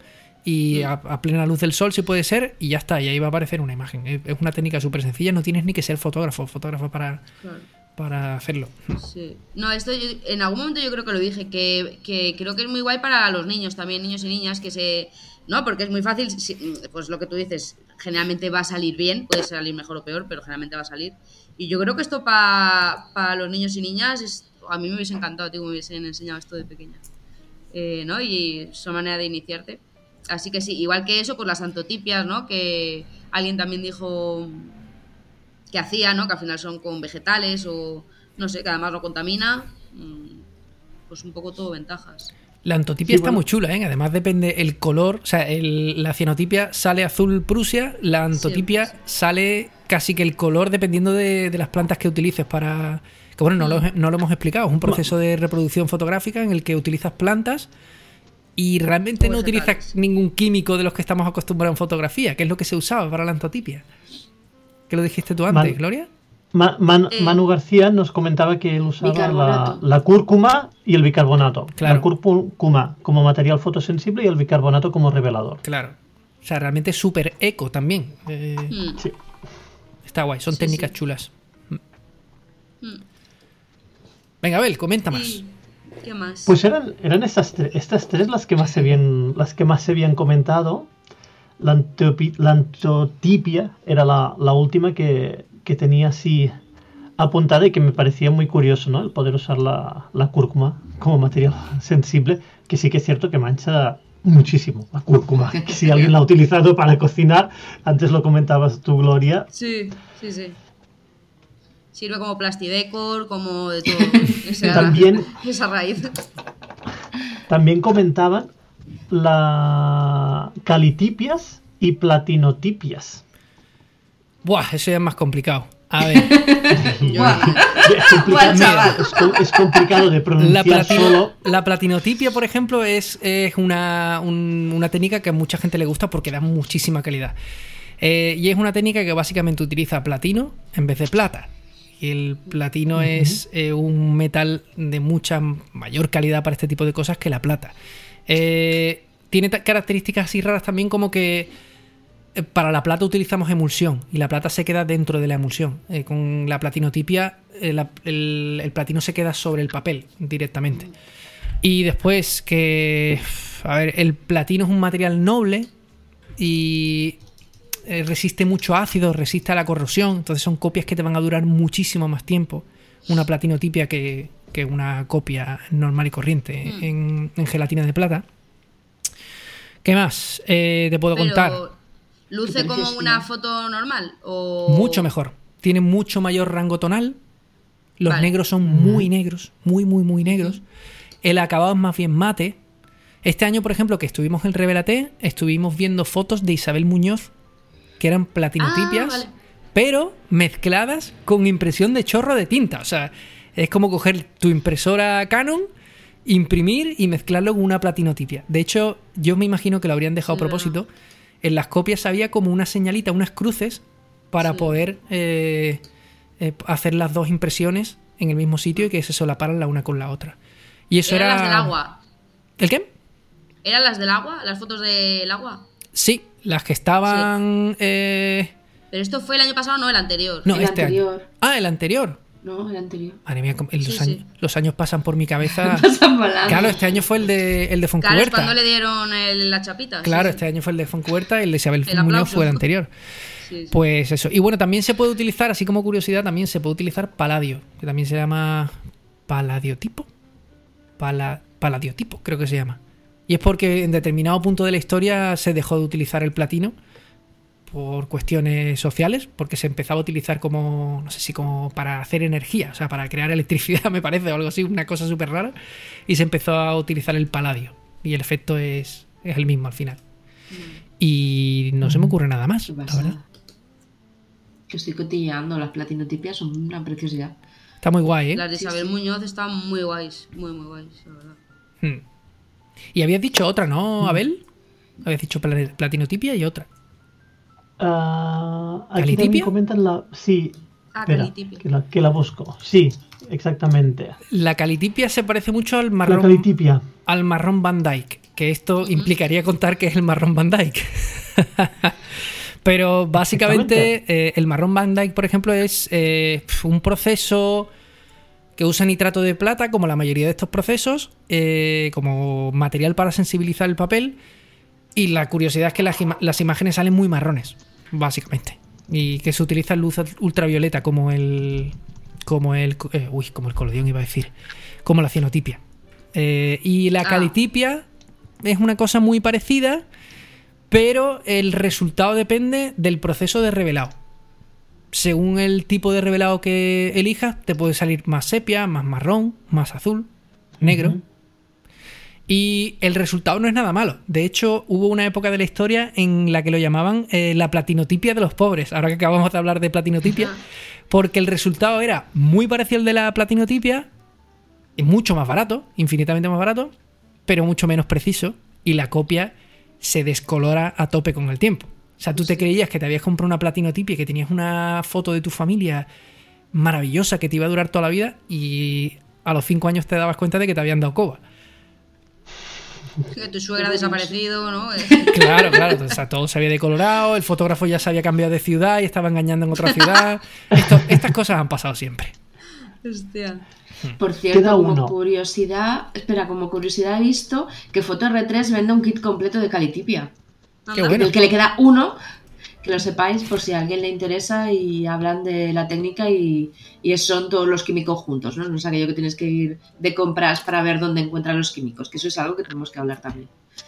y a, a plena luz del sol, si puede ser, y ya está, y ahí va a aparecer una imagen. Es, es una técnica súper sencilla, no tienes ni que ser fotógrafo, fotógrafo para, Claro. para hacerlo. Sí. No, esto yo- en algún momento yo creo que lo dije, que, que creo que es muy guay para los niños también, niños y niñas, que se... No, porque es muy fácil, si- pues lo que tú dices, generalmente va a salir bien, puede salir mejor o peor, pero generalmente va a salir. Y yo creo que esto para los niños y niñas, es, a mí me hubiese encantado, tío, que me hubiesen enseñado esto de pequeña. Eh, ¿no? Y es una manera de iniciarte. Así que sí, igual que eso, pues las antotipias, ¿no? Que alguien también dijo que hacía, ¿no? Que al final son con vegetales o no sé, que además no contamina. mm, Pues un poco todo ventajas. La antotipia Sí, está bueno. muy chula, ¿eh? Además depende el color, o sea, el- la cianotipia sale azul Prusia, la antotipia Sí, sí. sale casi que el color dependiendo de, de las plantas que utilices para... Que bueno, no lo, no lo hemos explicado, es un proceso de reproducción fotográfica en el que utilizas plantas y realmente O no vegetales. utilizas ningún químico de los que estamos acostumbrados en fotografía, que es lo que se usaba para la antotipia. ¿Qué lo dijiste tú antes, Vale. Gloria? Ma- Man- Eh. Manu García nos comentaba que él usaba la, Bicarbonato. la cúrcuma y el bicarbonato. Claro. La cúrcuma como material fotosensible y el bicarbonato como revelador. Claro. O sea, realmente es súper eco también. Eh, Mm, Sí. Está guay, son Sí, técnicas sí. chulas. mm. Venga, Abel, comenta más. ¿Y qué más? Pues eran, eran estas, tre- estas tres las que más se habían, las que más se habían comentado. La, antopi- la antotipia era la, la última que, que tenía así apuntada y que me parecía muy curioso, ¿no? El poder usar la, la cúrcuma como material sensible, que sí que es cierto que mancha muchísimo la cúrcuma. Que si alguien la ha utilizado para cocinar, antes lo comentabas tú, Gloria. Sí, sí, sí. Sirve como plastidecor, como de todo. Esa, También- esa raíz. También comentaban la calitipias y platinotipias. Buah, eso ya es más complicado. A ver, Guau. Es complicado, Guau, chaval. es, co- es complicado de la, pronunciar platino- solo. la platinotipia, por ejemplo, es, es una, un- una técnica que a mucha gente le gusta porque da muchísima calidad. Eh, y es una técnica que básicamente utiliza platino en vez de plata. Y el platino es eh, un metal de mucha mayor calidad para este tipo de cosas que la plata. Eh, tiene ta- características así raras también como que eh, para la plata utilizamos emulsión y la plata se queda dentro de la emulsión. Eh, con la platinotipia eh, la- el, el platino se queda sobre el papel directamente. Y después que... A ver, el platino es un material noble y eh, resiste mucho ácido, resiste a la corrosión, entonces son copias que te van a durar muchísimo más tiempo, una platinotipia que, que una copia normal y corriente mm. en, en gelatina de plata. ¿Qué más eh, te puedo Pero, contar? ¿luce como una foto normal? O... Mucho mejor. Tiene mucho mayor rango tonal. Los vale. negros son muy negros, muy, muy, muy negros. El acabado es más bien mate. Este año, por ejemplo, que estuvimos en Revelate, estuvimos viendo fotos de Isabel Muñoz, que eran platinotipias, ah, vale. pero mezcladas con impresión de chorro de tinta. O sea, es como coger tu impresora Canon, imprimir y mezclarlo con una platinotipia. De hecho, yo me imagino que lo habrían dejado sí, a propósito. No. En las copias había como una señalita, unas cruces, para sí. poder eh, eh, hacer las dos impresiones en el mismo sitio y que se solaparan la una con la otra. Y eso ¿Eran era... las del agua? ¿El qué? ¿Eran las del agua? ¿Las fotos del agua? Sí, las que estaban... Sí. Eh... Pero esto fue el año pasado, no el anterior. No, el este anterior. año. Ah, el anterior. No, el anterior. Madre mía, los, sí, años, sí. los años pasan por mi cabeza. Pasan volando. Claro, este año fue el de, el de Foncuberta. Claro, es cuando le dieron el, la chapita. Claro, sí, este sí. año fue el de Foncuberta y el de Isabel el Muñoz aplauso. fue el anterior. Sí, sí. Pues eso. Y bueno, también se puede utilizar, así como curiosidad, también se puede utilizar paladio, que también se llama paladiotipo. Pala, paladiotipo, creo que se llama. Y es porque en determinado punto de la historia se dejó de utilizar el platino por cuestiones sociales, porque se empezaba a utilizar como, no sé si como para hacer energía, o sea, para crear electricidad, me parece, o algo así, una cosa súper rara, y se empezó a utilizar el paladio, y el efecto es, es el mismo al final. Y no se me ocurre nada más, la verdad. Que estoy cotilleando, las platinotipias son una preciosidad. Está muy guay, ¿eh? Las de Isabel sí, sí. Muñoz están muy guays, muy, muy guays, la verdad. Hmm. Y habías dicho otra, ¿no, Abel? Habías dicho platinotipia y otra. Uh, aquí también comentan la... Sí, ah, espera, que la, que la busco. Sí, exactamente. La calitipia se parece mucho al marrón... La calitipia. Al marrón Van Dyke, que esto uh-huh. implicaría contar que es el marrón Van Dyke. Pero básicamente eh, el marrón Van Dyke, por ejemplo, es eh, un proceso que usa nitrato de plata, como la mayoría de estos procesos, eh, como material para sensibilizar el papel. Y la curiosidad es que las, ima- las imágenes salen muy marrones, básicamente. Y que se utiliza luz ultravioleta como el... Como el... Eh, uy, como el colodión iba a decir. Como la cianotipia. Eh, y la ah. calitipia es una cosa muy parecida, pero el resultado depende del proceso de revelado. Según el tipo de revelado que elijas, te puede salir más sepia, más marrón, más azul, negro. Uh-huh. Y el resultado no es nada malo. De hecho, hubo una época de la historia en la que lo llamaban eh, la platinotipia de los pobres, ahora que acabamos de hablar de platinotipia, uh-huh. porque el resultado era muy parecido al de la platinotipia, y mucho más barato, infinitamente más barato, pero mucho menos preciso, y la copia se descolora a tope con el tiempo. O sea, tú te creías que te habías comprado una platinotipia, que tenías una foto de tu familia maravillosa que te iba a durar toda la vida, y a los cinco años te dabas cuenta de que te habían dado coba. Que tu suegra ha desaparecido, ¿no? Claro, claro. O sea, todo se había decolorado, el fotógrafo ya se había cambiado de ciudad y estaba engañando en otra ciudad. Esto, estas cosas han pasado siempre. Hostia. Por cierto, como curiosidad, espera, como curiosidad he visto que Foto erre tres vende un kit completo de calitipia. Qué bueno. Del que le queda uno, que lo sepáis por si a alguien le interesa, y hablan de la técnica y, y son todos los químicos juntos, ¿no? No es aquello que tienes que ir de compras para ver dónde encuentran los químicos, que eso es algo que tenemos que hablar también.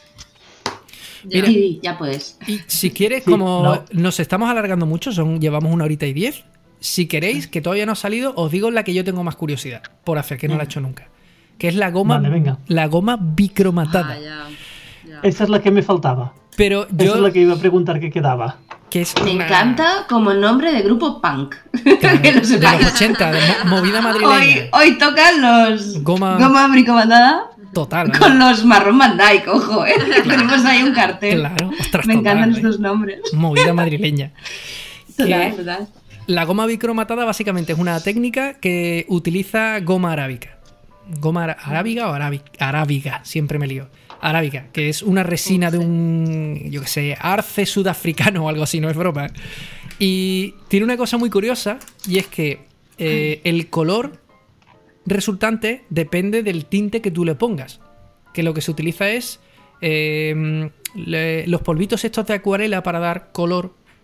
Mira, sí, ya puedes. Y si quieres, sí, como no. nos estamos alargando mucho, son llevamos una horita y diez, si queréis, que todavía no ha salido, os digo la que yo tengo más curiosidad por hacer, que no la he hecho nunca, que es la goma, vale, venga. la goma bicromatada. Ah, ya, ya. Esa es la que me faltaba. Pero yo... Esa es la que iba a preguntar que quedaba. Que es me una... encanta como nombre de grupo punk. Claro, que lo de los ochenta, de mo- movida madrileña. Hoy, hoy tocan los goma, goma bricomatada. Total. ¿no? Con los marrón Van Dyke, ojo, ¿eh? Claro. Tenemos ahí un cartel. Claro, ostras, me total, encantan ¿eh? estos nombres. Movida madrileña. Total, total. La goma bicromatada básicamente es una técnica que utiliza goma arábica. ¿Goma ara- arábiga o arábica? Arábiga, siempre me lío. Arábica, que es una resina de un, yo qué sé, arce sudafricano o algo así, no es broma. Y tiene una cosa muy curiosa, y es que eh, el color resultante depende del tinte que tú le pongas. Que lo que se utiliza es eh, le, los polvitos estos de acuarela para dar color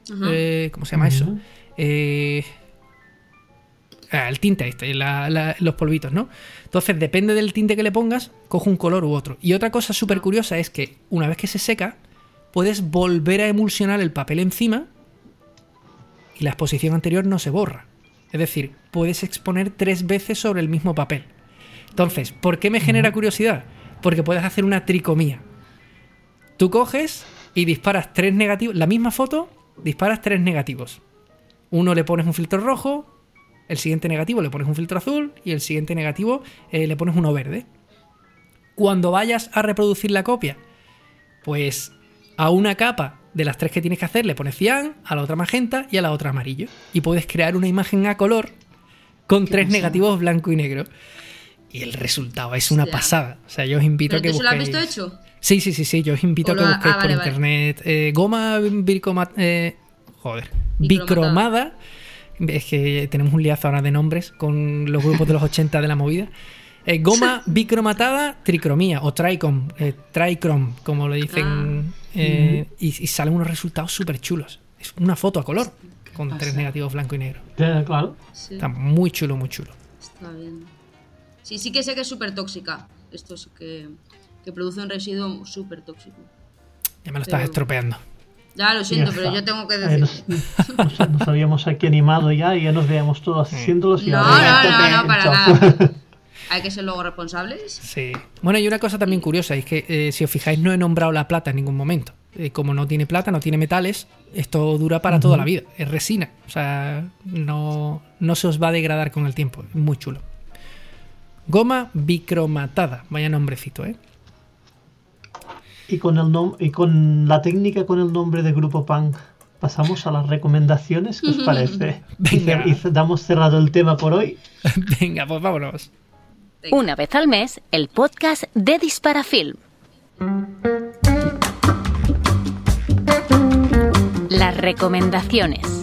eh, ¿cómo se llama uh-huh. eso? Eh, ah, el tinte este, la, la, los polvitos, ¿no? Entonces, depende del tinte que le pongas, coge un color u otro. Y otra cosa súper curiosa es que una vez que se seca, puedes volver a emulsionar el papel encima y la exposición anterior no se borra. Es decir, puedes exponer tres veces sobre el mismo papel. Entonces, ¿por qué me genera curiosidad? Porque puedes hacer una tricomía. Tú coges y disparas tres negativos. La misma foto, disparas tres negativos. Uno le pones un filtro rojo, el siguiente negativo le pones un filtro azul y el siguiente negativo eh, le pones uno verde. Cuando vayas a reproducir la copia, pues a una capa de las tres que tienes que hacer le pones cian, a la otra magenta y a la otra amarillo. Y puedes crear una imagen a color con tres pasada. negativos blanco y negro. Y el resultado es una Ya. pasada. O sea, yo os invito ¿Pero a que tú se lo has busquéis... visto hecho? Sí, sí, sí, sí. Yo os invito O a que lo ha- busquéis ah, por vale, vale. internet. Eh, goma bicroma... Eh, joder. Bicromatada. Bicromada. Es que tenemos un liazo ahora de nombres con los grupos de los ochenta de la movida. Eh, goma bicromatada, tricromía o tricom, eh, tricrom, como lo dicen. Ah. eh, y, y salen unos resultados súper chulos. Es una foto a color con tres pasa? negativos blanco y negro. Ya, claro. Sí, Está muy chulo, muy chulo. está bien. Sí, sí que sé que es súper tóxica. Esto sí que, que produce un residuo súper tóxico. Ya me lo estás Pero- estropeando. Ya lo siento, Ya pero está. yo tengo que Ahí decir. nos, nos- nos habíamos aquí animado ya y ya nos veíamos todos haciéndolos. Y No, ahora no, ya no, no, tope, para chao. nada. Hay que ser luego responsables. Sí. Bueno, y una cosa también curiosa es que eh, si os fijáis no he nombrado la plata en ningún momento. Eh, como no tiene plata, no tiene metales, esto dura para toda la vida. Es resina. O sea, no, no se os va a degradar con el tiempo. Es muy chulo. Goma bicromatada. Vaya nombrecito, ¿eh? Y con, el nom- y con la técnica con el nombre de Grupo Punk, pasamos a las recomendaciones. ¿Qué os parece? Y, Venga. ce- y ce- damos cerrado el tema por hoy. Venga, pues vámonos. Venga. Una vez al mes, el podcast de Disparafilm. Las recomendaciones.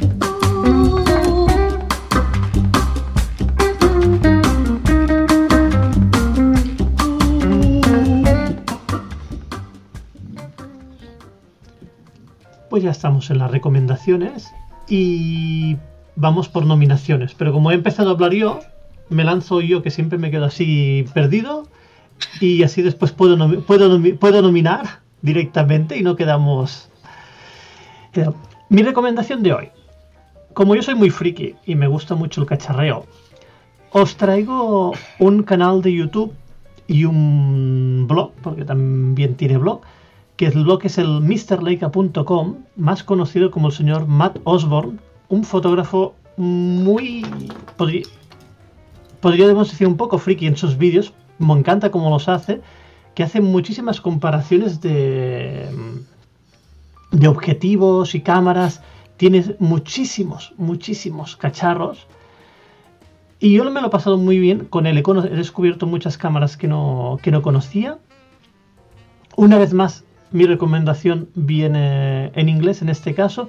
Pues ya estamos en las recomendaciones y vamos por nominaciones. Pero como he empezado a hablar yo, me lanzo yo, que siempre me quedo así perdido, y así después puedo, nomi- puedo, nomi- puedo nominar directamente y no quedamos... Eh, Mi recomendación de hoy, como yo soy muy friki y me gusta mucho el cacharreo, os traigo un canal de YouTube y un blog, porque también tiene blog, que el blog es el mister leica punto com, más conocido como el señor Matt Osborne, un fotógrafo muy... podría- podríamos decir un poco friki en sus vídeos, me encanta cómo los hace, que hace muchísimas comparaciones de, de objetivos y cámaras, tiene muchísimos, muchísimos cacharros, y yo me lo he pasado muy bien con él, he, cono- he descubierto muchas cámaras que no, que no conocía. Una vez más, mi recomendación viene en inglés en este caso,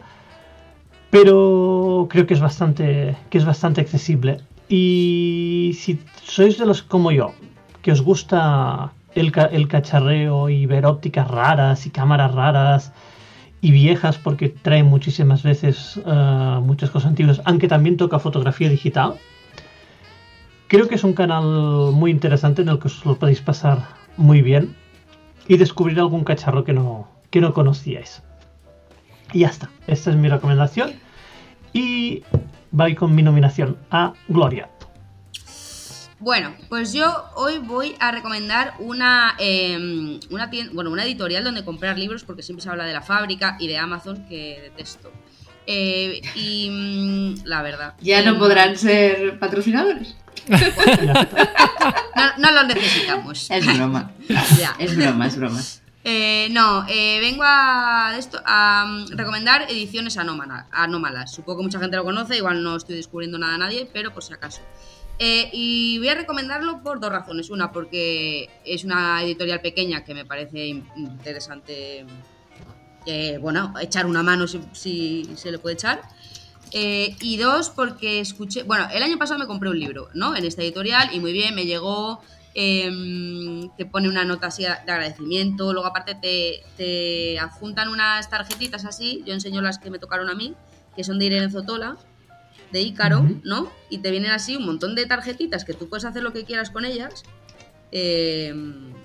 pero creo que es bastante, que es bastante accesible. Y si sois de los como yo, que os gusta el, ca- el cacharreo y ver ópticas raras y cámaras raras y viejas, porque trae muchísimas veces eh, muchas cosas antiguas, aunque también toca fotografía digital, creo que es un canal muy interesante en el que os lo podéis pasar muy bien y descubrir algún cacharro que no, que no conocíais. Y ya está, esta es mi recomendación y voy con mi nominación a Gloria. Bueno, pues yo hoy voy a recomendar una, eh, una, tien- bueno, una editorial donde comprar libros, porque siempre se habla de La Fábrica y de Amazon, que detesto. Eh, y mm, la verdad. Ya eh, no podrán ser patrocinadores. Ya está. No, no los necesitamos. Es broma. Ya. Es broma, es broma. Eh, no, eh, vengo a, de esto, a mm, recomendar ediciones anómala- anómalas. Supongo que mucha gente lo conoce, igual no estoy descubriendo nada a nadie, pero por si acaso. Eh, y voy a recomendarlo por dos razones. Una, porque es una editorial pequeña que me parece in- interesante, eh, bueno, echar una mano si, si se le puede echar. Eh, y dos, porque escuché... Bueno, el año pasado me compré un libro, ¿no? En esta editorial y muy bien, me llegó eh, te pone una nota así de agradecimiento, luego aparte te, te adjuntan unas tarjetitas así, yo enseño las que me tocaron a mí, que son de Irene Zotola, de Ícaro, uh-huh. ¿no? Y te vienen así un montón de tarjetitas que tú puedes hacer lo que quieras con ellas. Eh,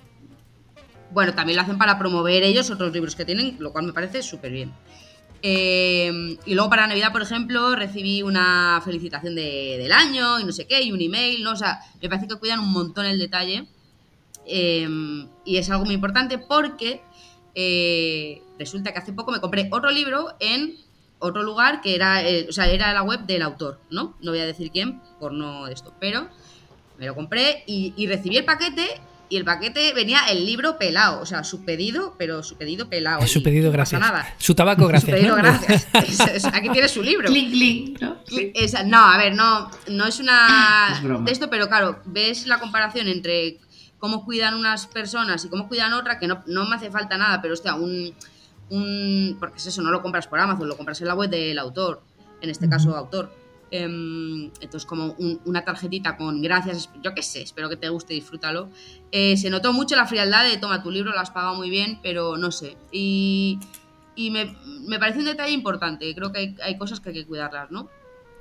bueno, también lo hacen para promover ellos otros libros que tienen, lo cual me parece súper bien. Eh, y luego para Navidad, por ejemplo, recibí una felicitación de, del año y no sé qué, y un email, ¿no? O sea, me parece que cuidan un montón el detalle. Eh, y es algo muy importante porque eh, resulta que hace poco me compré otro libro en otro lugar que era, eh, o sea, era la web del autor, ¿no? No voy a decir quién por no de esto, pero me lo compré y, y recibí el paquete. Y el paquete venía el libro pelado, o sea, su pedido, pero su pedido pelado. Su pedido, no gracias. Pasa nada. Su tabaco, gracias. Su pedido, ¿no? gracias. Es, es, aquí tienes su libro. Clic, clic, ¿no? Sí. Esa, no, a ver, no, no es una es broma. de esto, pero claro, ves la comparación entre cómo cuidan unas personas y cómo cuidan otras, que no, no me hace falta nada, pero hostia, un, un... porque es eso, no lo compras por Amazon, lo compras en la web del autor, en este uh-huh. caso, autor. Um, entonces como un, una tarjetita con gracias, yo qué sé, espero que te guste, disfrútalo. Eh, se notó mucho la frialdad de toma tu libro, lo has pagado muy bien, pero no sé, y, y me, me parece un detalle importante. Creo que hay, hay cosas que hay que cuidarlas, ¿no?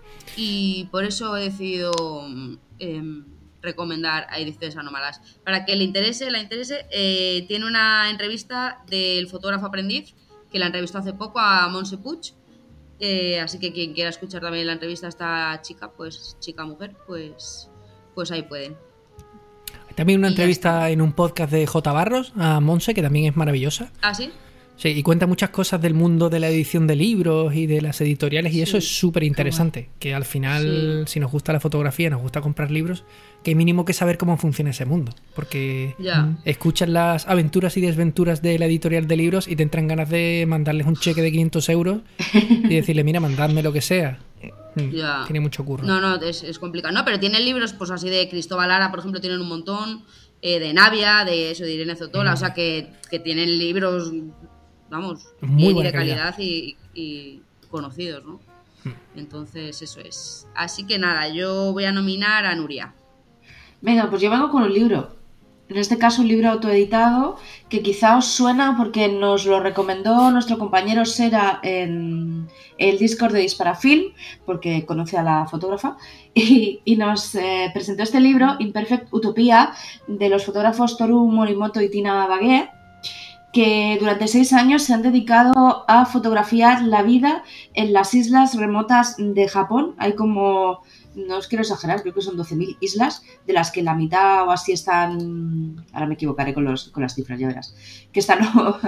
Y por eso he decidido eh, recomendar a Ediciones Anómalas. Para que le interese, la interese, eh, tiene una entrevista del fotógrafo aprendiz que la entrevistó hace poco a Montse Puig. Eh, así que quien quiera escuchar también la entrevista a esta chica, pues chica mujer, pues, pues ahí pueden. Hay también una y entrevista en un podcast de J. Barros a Monse, que también es maravillosa. ¿Ah, sí? Sí, y cuenta muchas cosas del mundo de la edición de libros y de las editoriales, y sí, eso es súper interesante. Bueno. Que al final, sí. si nos gusta la fotografía, nos gusta comprar libros, que mínimo que saber cómo funciona ese mundo. Porque ya. escuchas las aventuras y desventuras de la editorial de libros y te entran ganas de mandarles un cheque de quinientos euros y decirle, mira, mandadme lo que sea. Ya. Tiene mucho curro. No, no, es, es complicado. No, pero tienen libros, pues así de Cristóbal Lara, por ejemplo, tienen un montón, eh, de Navia, de eso, de Irene Zotola, mm. o sea, que, que tienen libros... vamos, muy y de calidad, calidad y, y conocidos, ¿no? Entonces, eso es. Así que nada, yo voy a nominar a Nuria. Venga, pues yo vengo con un libro. En este caso, un libro autoeditado que quizá os suena porque nos lo recomendó nuestro compañero Sera en el Discord de Disparafilm, porque conoce a la fotógrafa, y, y nos eh, presentó este libro, Imperfect Utopía, de los fotógrafos Toru Morimoto y Tina Bagué, que durante seis años se han dedicado a fotografiar la vida en las islas remotas de Japón. Hay como, no os quiero exagerar, creo que son doce mil islas, de las que la mitad o así están, ahora me equivocaré con, los, con las cifras, ya verás, que están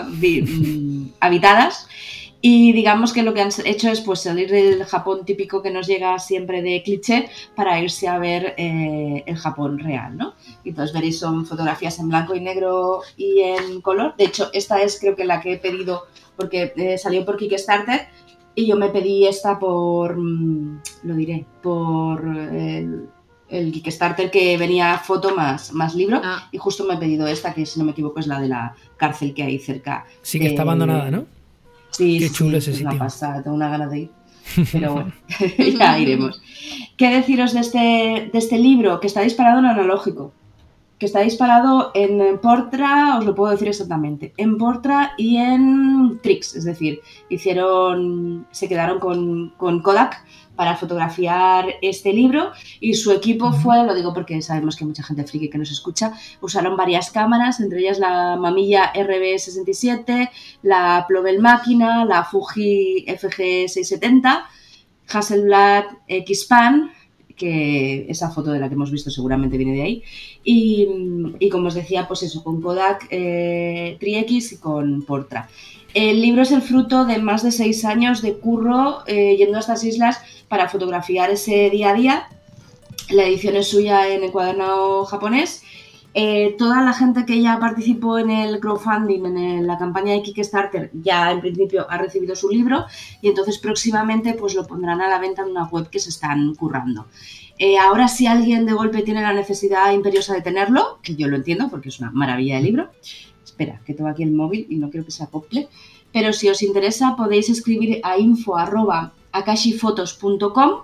habitadas. Y digamos que lo que han hecho es pues salir del Japón típico que nos llega siempre de cliché para irse a ver eh, el Japón real, ¿no? Y entonces veréis, son fotografías en blanco y negro y en color. De hecho, esta es creo que la que he pedido porque eh, salió por Kickstarter y yo me pedí esta por, mmm, lo diré, por el, el Kickstarter que venía foto más, más libro ah. y justo me he pedido esta que si no me equivoco es la de la cárcel que hay cerca. Sí, que de, está abandonada, ¿no? Sí, Qué chulo sí, ese sitio. Una pasada, tengo una gana de ir, pero bueno, ya iremos. ¿Qué deciros de este, de este libro? Que está disparado en analógico, que está disparado en Portra, os lo puedo decir exactamente, en Portra y en Trix, es decir, hicieron, se quedaron con, con Kodak para fotografiar este libro y su equipo fue, lo digo porque sabemos que hay mucha gente friki que nos escucha, usaron varias cámaras, entre ellas la Mamiya R B sesenta y siete, la Plobel Máquina, la Fuji F G seiscientos setenta, Hasselblad X-Pan, que esa foto de la que hemos visto seguramente viene de ahí, y, y como os decía, pues eso, con Kodak eh, Tri-X y con Portra. El libro es el fruto de más de seis años de curro eh, yendo a estas islas para fotografiar ese día a día. La edición es suya en el cuaderno japonés. Eh, toda la gente que ya participó en el crowdfunding, en el, la campaña de Kickstarter, ya en principio ha recibido su libro y entonces próximamente pues lo pondrán a la venta en una web que se están currando. Eh, ahora si alguien de golpe tiene la necesidad imperiosa de tenerlo, que yo lo entiendo porque es una maravilla de libro, espera, que tengo aquí el móvil y no quiero que se acople, pero si os interesa podéis escribir a info arroba akashifotos punto com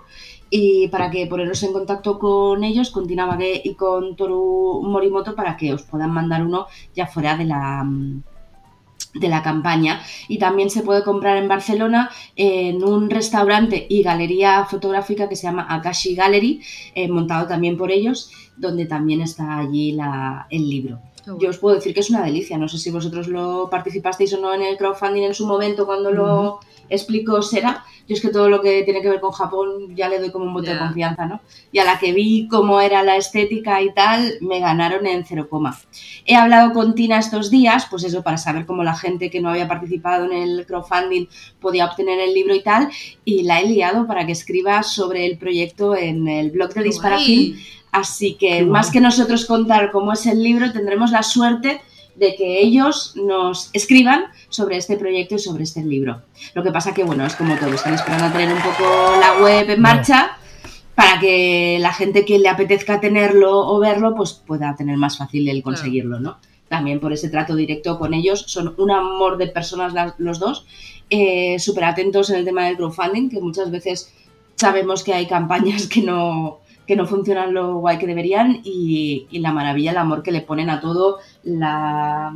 y para que poneros en contacto con ellos, con Tina Magué y con Toru Morimoto, para que os puedan mandar uno ya fuera de la de la campaña. Y también se puede comprar en Barcelona en un restaurante y galería fotográfica que se llama Akashi Gallery, eh, montado también por ellos, donde también está allí la, el libro. Bueno. Yo os puedo decir que es una delicia. No sé si vosotros lo participasteis o no en el crowdfunding en su momento cuando uh-huh. lo explico Sera. Yo es que todo lo que tiene que ver con Japón ya le doy como un voto yeah. de confianza, ¿no? Y a la que vi cómo era la estética y tal, me ganaron en cero coma. He hablado con Tina estos días, pues eso, para saber cómo la gente que no había participado en el crowdfunding podía obtener el libro y tal, y la he liado para que escriba sobre el proyecto en el blog de Disparafilm. Así que Qué más bueno. que nosotros contar cómo es el libro, tendremos la suerte de que ellos nos escriban sobre este proyecto y sobre este libro. Lo que pasa que, bueno, es como todo, están esperando a tener un poco la web en marcha no. para que la gente que le apetezca tenerlo o verlo, pues pueda tener más fácil el conseguirlo, ¿no? También por ese trato directo con ellos, son un amor de personas las, los dos, eh, súper atentos en el tema del crowdfunding, que muchas veces sabemos que hay campañas que no... que no funcionan lo guay que deberían y, y la maravilla, el amor que le ponen a todo, la,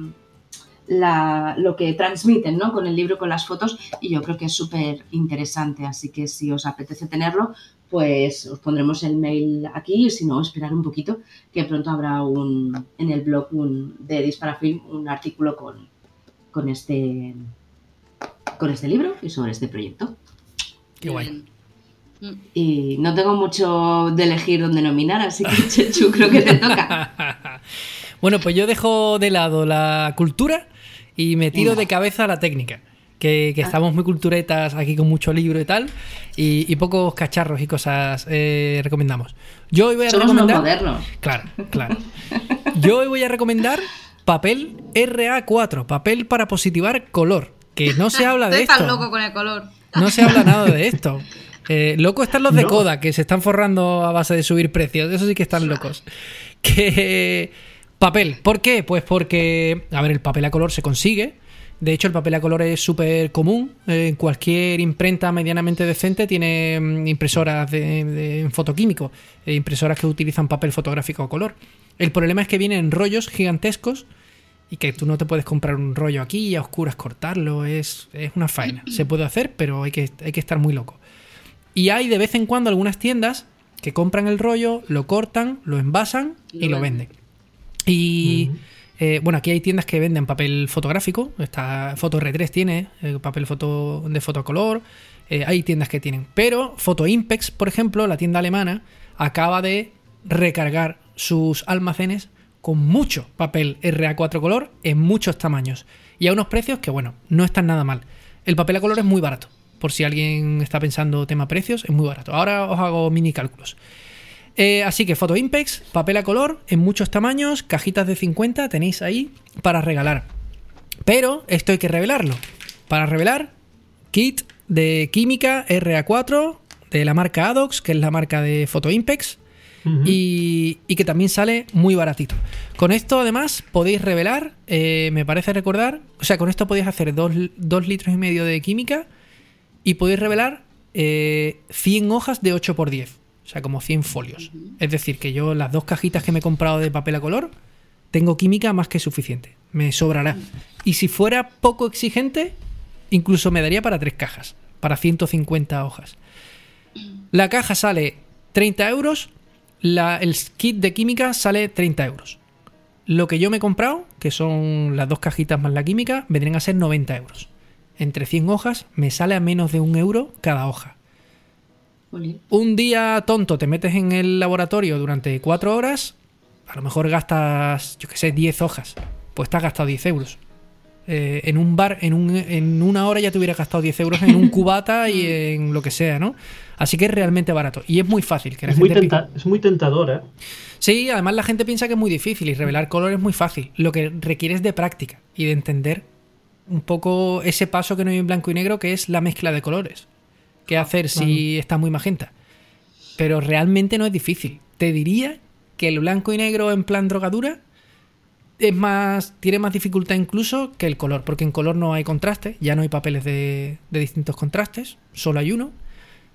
la, lo que transmiten, ¿no? Con el libro, con las fotos, y yo creo que es súper interesante, así que si os apetece tenerlo, pues os pondremos el mail aquí, y si no, esperar un poquito, que pronto habrá un en el blog un, de Disparafilm un artículo con, con, este, con este libro y sobre este proyecto. Qué guay. Y no tengo mucho de elegir dónde nominar, así que Chechu, creo que te toca. Bueno, pues yo dejo de lado la cultura y me tiro de cabeza a la técnica, que, que estamos muy culturetas aquí con mucho libro y tal, y, y pocos cacharros y cosas eh, recomendamos. Yo hoy voy a Somos recomendar... los modernos. Claro, claro. Yo hoy voy a recomendar papel R A cuatro, papel para positivar color, que no se habla de esto. Estás loco con el color. No se habla nada de esto. Eh, loco están los de no. Kodak, que se están forrando a base de subir precios. Eso sí que están locos. Que papel. ¿Por qué? Pues porque, a ver, el papel a color se consigue. De hecho, el papel a color es súper común. En eh, cualquier imprenta medianamente decente tiene impresoras de, de, en fotoquímico. Eh, impresoras que utilizan papel fotográfico a color. El problema es que vienen en rollos gigantescos y que tú no te puedes comprar un rollo aquí y a oscuras cortarlo. Es, es una faena. Se puede hacer, pero hay que, hay que estar muy loco. Y hay de vez en cuando algunas tiendas que compran el rollo, lo cortan, lo envasan y, y lo venden. Y uh-huh. eh, bueno, aquí hay tiendas que venden papel fotográfico. Esta Foto R tres tiene eh, papel foto de fotocolor. Eh, hay tiendas que tienen. Pero Foto Impex, por ejemplo, la tienda alemana, acaba de recargar sus almacenes con mucho papel R A cuatro color en muchos tamaños. Y a unos precios que, bueno, no están nada mal. El papel a color es muy barato. Por si alguien está pensando tema precios, es muy barato. Ahora os hago mini cálculos. Eh, así que Foto Impex, papel a color, en muchos tamaños, cajitas de cincuenta, tenéis ahí para regalar. Pero esto hay que revelarlo. Para revelar, kit de química R A cuatro de la marca Adox, que es la marca de Foto Impex, uh-huh. y, y que también sale muy baratito. Con esto, además, podéis revelar, eh, me parece recordar, o sea, con esto podéis hacer dos, dos litros y medio de química. Y podéis revelar eh, cien hojas de ocho por diez. O sea, como cien folios. Uh-huh. Es decir, que yo las dos cajitas que me he comprado de papel a color tengo química más que suficiente. Me sobrará. Uh-huh. Y si fuera poco exigente, incluso me daría para tres cajas. Para ciento cincuenta hojas. La caja sale treinta euros. La, el kit de química sale treinta euros. Lo que yo me he comprado, que son las dos cajitas más la química, vendrían a ser noventa euros. Entre cien hojas me sale a menos de un euro cada hoja. Olé. Un día tonto te metes en el laboratorio durante cuatro horas, a lo mejor gastas, yo qué sé, diez hojas. Pues te has gastado diez euros. Eh, en un bar, en, un, en una hora ya te hubieras gastado diez euros en un cubata y en lo que sea, ¿no? Así que es realmente barato. Y es muy fácil. Que la es, gente muy tenta- es muy tentador, ¿eh? Sí, además la gente piensa que es muy difícil y revelar color es muy fácil. Lo que requiere es de práctica y de entender un poco ese paso que no hay en blanco y negro, que es la mezcla de colores. ¿Qué hacer si está muy magenta? Pero realmente no es difícil. Te diría que el blanco y negro en plan drogadura es más, tiene más dificultad incluso que el color, porque en color no hay contraste, ya no hay papeles de, de distintos contrastes, solo hay uno.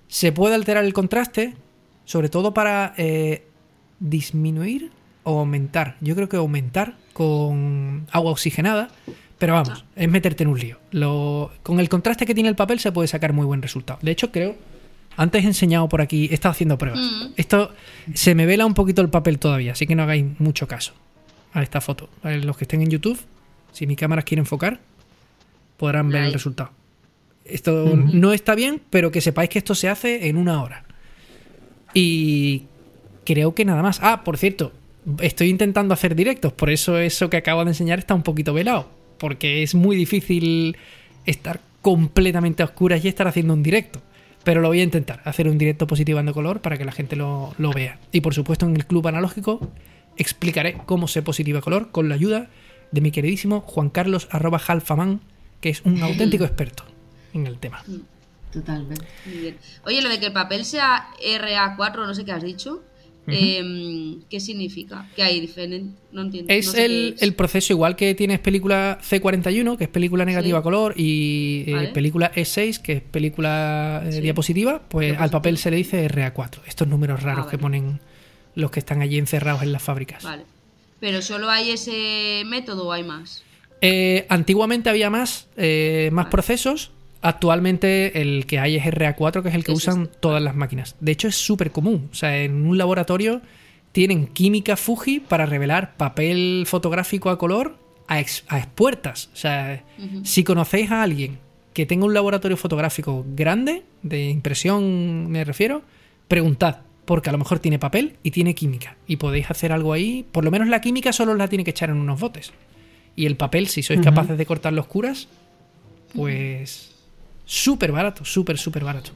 Se puede alterar el contraste, sobre todo para eh, disminuir o aumentar. Yo creo que aumentar con agua oxigenada, pero vamos, es meterte en un lío. Lo, con el contraste que tiene el papel se puede sacar muy buen resultado. De hecho, creo, antes he enseñado por aquí, he estado haciendo pruebas. Mm. Esto se me vela un poquito el papel todavía, así que no hagáis mucho caso a esta foto. Los que estén en YouTube, si mi cámara quiere enfocar, podrán ver Ahí. el resultado. Esto uh-huh. no está bien, pero que sepáis que esto se hace en una hora. Y creo que nada más. Ah, por cierto, estoy intentando hacer directos, por eso eso que acabo de enseñar está un poquito velado, porque es muy difícil estar completamente a oscuras y estar haciendo un directo. Pero lo voy a intentar, hacer un directo positivando color para que la gente lo, lo vea. Y por supuesto en el Club Analógico explicaré cómo se positiva color con la ayuda de mi queridísimo Juan Carlos arroba Halfaman, que es un auténtico experto en el tema. Totalmente. Muy bien. Oye, lo de que el papel sea R A cuatro, no sé qué has dicho, uh-huh. eh, ¿qué significa? ¿Qué hay diferente? No entiendo. Es, no sé el, es el proceso, igual que tienes película C cuarenta y uno, que es película negativa sí. color, y vale. eh, película E seis, que es película eh, sí. diapositiva, pues diapositiva. Al papel se le dice R A cuatro. Estos números raros ah, vale. que ponen los que están allí encerrados en las fábricas. Vale. ¿Pero solo hay ese método o hay más? Eh, antiguamente había más, eh, más vale. procesos. Actualmente el que hay es R A cuatro, que es el que Eso usan es. todas las máquinas. De hecho es súper común. O sea, en un laboratorio tienen química Fuji para revelar papel fotográfico a color a, ex, a expuertas. O sea, uh-huh. si conocéis a alguien que tenga un laboratorio fotográfico grande, de impresión me refiero, preguntad, porque a lo mejor tiene papel y tiene química. Y podéis hacer algo ahí. Por lo menos la química solo la tiene que echar en unos botes. Y el papel, si sois uh-huh. capaces de cortarlo a oscuras, pues súper barato, súper, súper barato.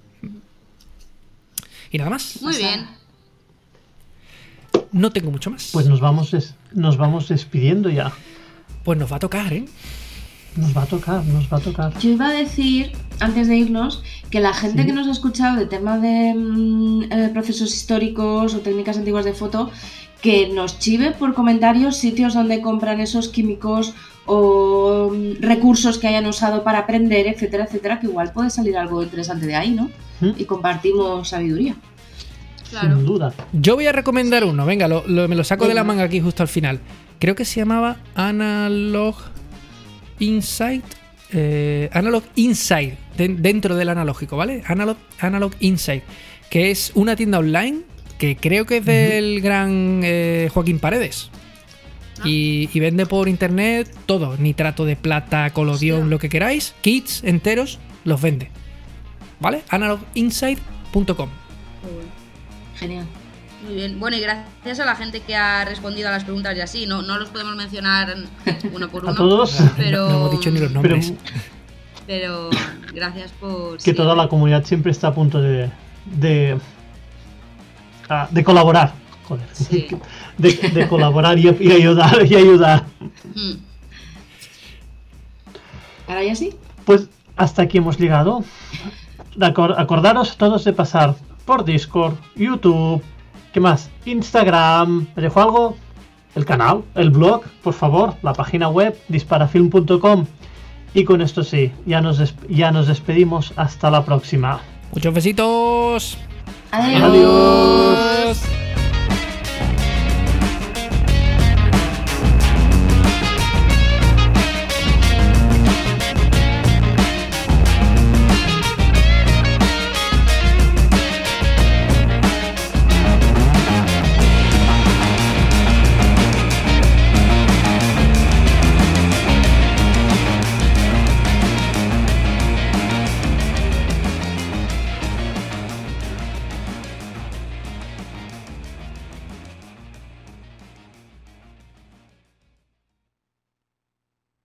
Y nada más. Muy bien. No tengo mucho más. Pues nos vamos, des- nos vamos despidiendo ya. Pues nos va a tocar, ¿eh? Nos va a tocar, nos va a tocar. Yo iba a decir, antes de irnos, que la gente ¿Sí? que nos ha escuchado de tema de mm, eh, procesos históricos o técnicas antiguas de foto, que nos chive por comentarios sitios donde compran esos químicos o mm, recursos que hayan usado para aprender, etcétera, etcétera, que igual puede salir algo interesante de ahí, ¿no? ¿Mm? Y compartimos sabiduría. Claro. Sin duda. Yo voy a recomendar uno, venga, lo, lo, me lo saco Venga. de la manga aquí justo al final. Creo que se llamaba Analog Insight. Eh, Analog Insight, de, dentro del analógico, ¿vale? Analog, Analog Insight, que es una tienda online que creo que es del uh-huh. gran eh, Joaquín Paredes. Ah. Y, y vende por internet todo, nitrato de plata, colodión, Hostia. Lo que queráis, kits enteros, los vende. ¿Vale? analog insight punto com. Genial. Muy bien. Bueno, y gracias a la gente que ha respondido a las preguntas y así. No, no los podemos mencionar uno por uno. A todos. Pero, no hemos dicho ni los nombres. Pero, pero gracias por... Que sí, toda la comunidad siempre está a punto de... de, ah, de colaborar. Joder. Sí. De, de colaborar y, y ayudar. Y ayudar. Mm. ¿Ahora ya sí? Pues hasta aquí hemos llegado. Acor- acordaros todos de pasar por Discord, YouTube, ¿qué más? Instagram, ¿me dejo algo? El canal, el blog, por favor, la página web, disparafilm punto com. Y con esto sí, ya nos, des- ya nos despedimos. Hasta la próxima. Muchos besitos. Adiós. Adiós.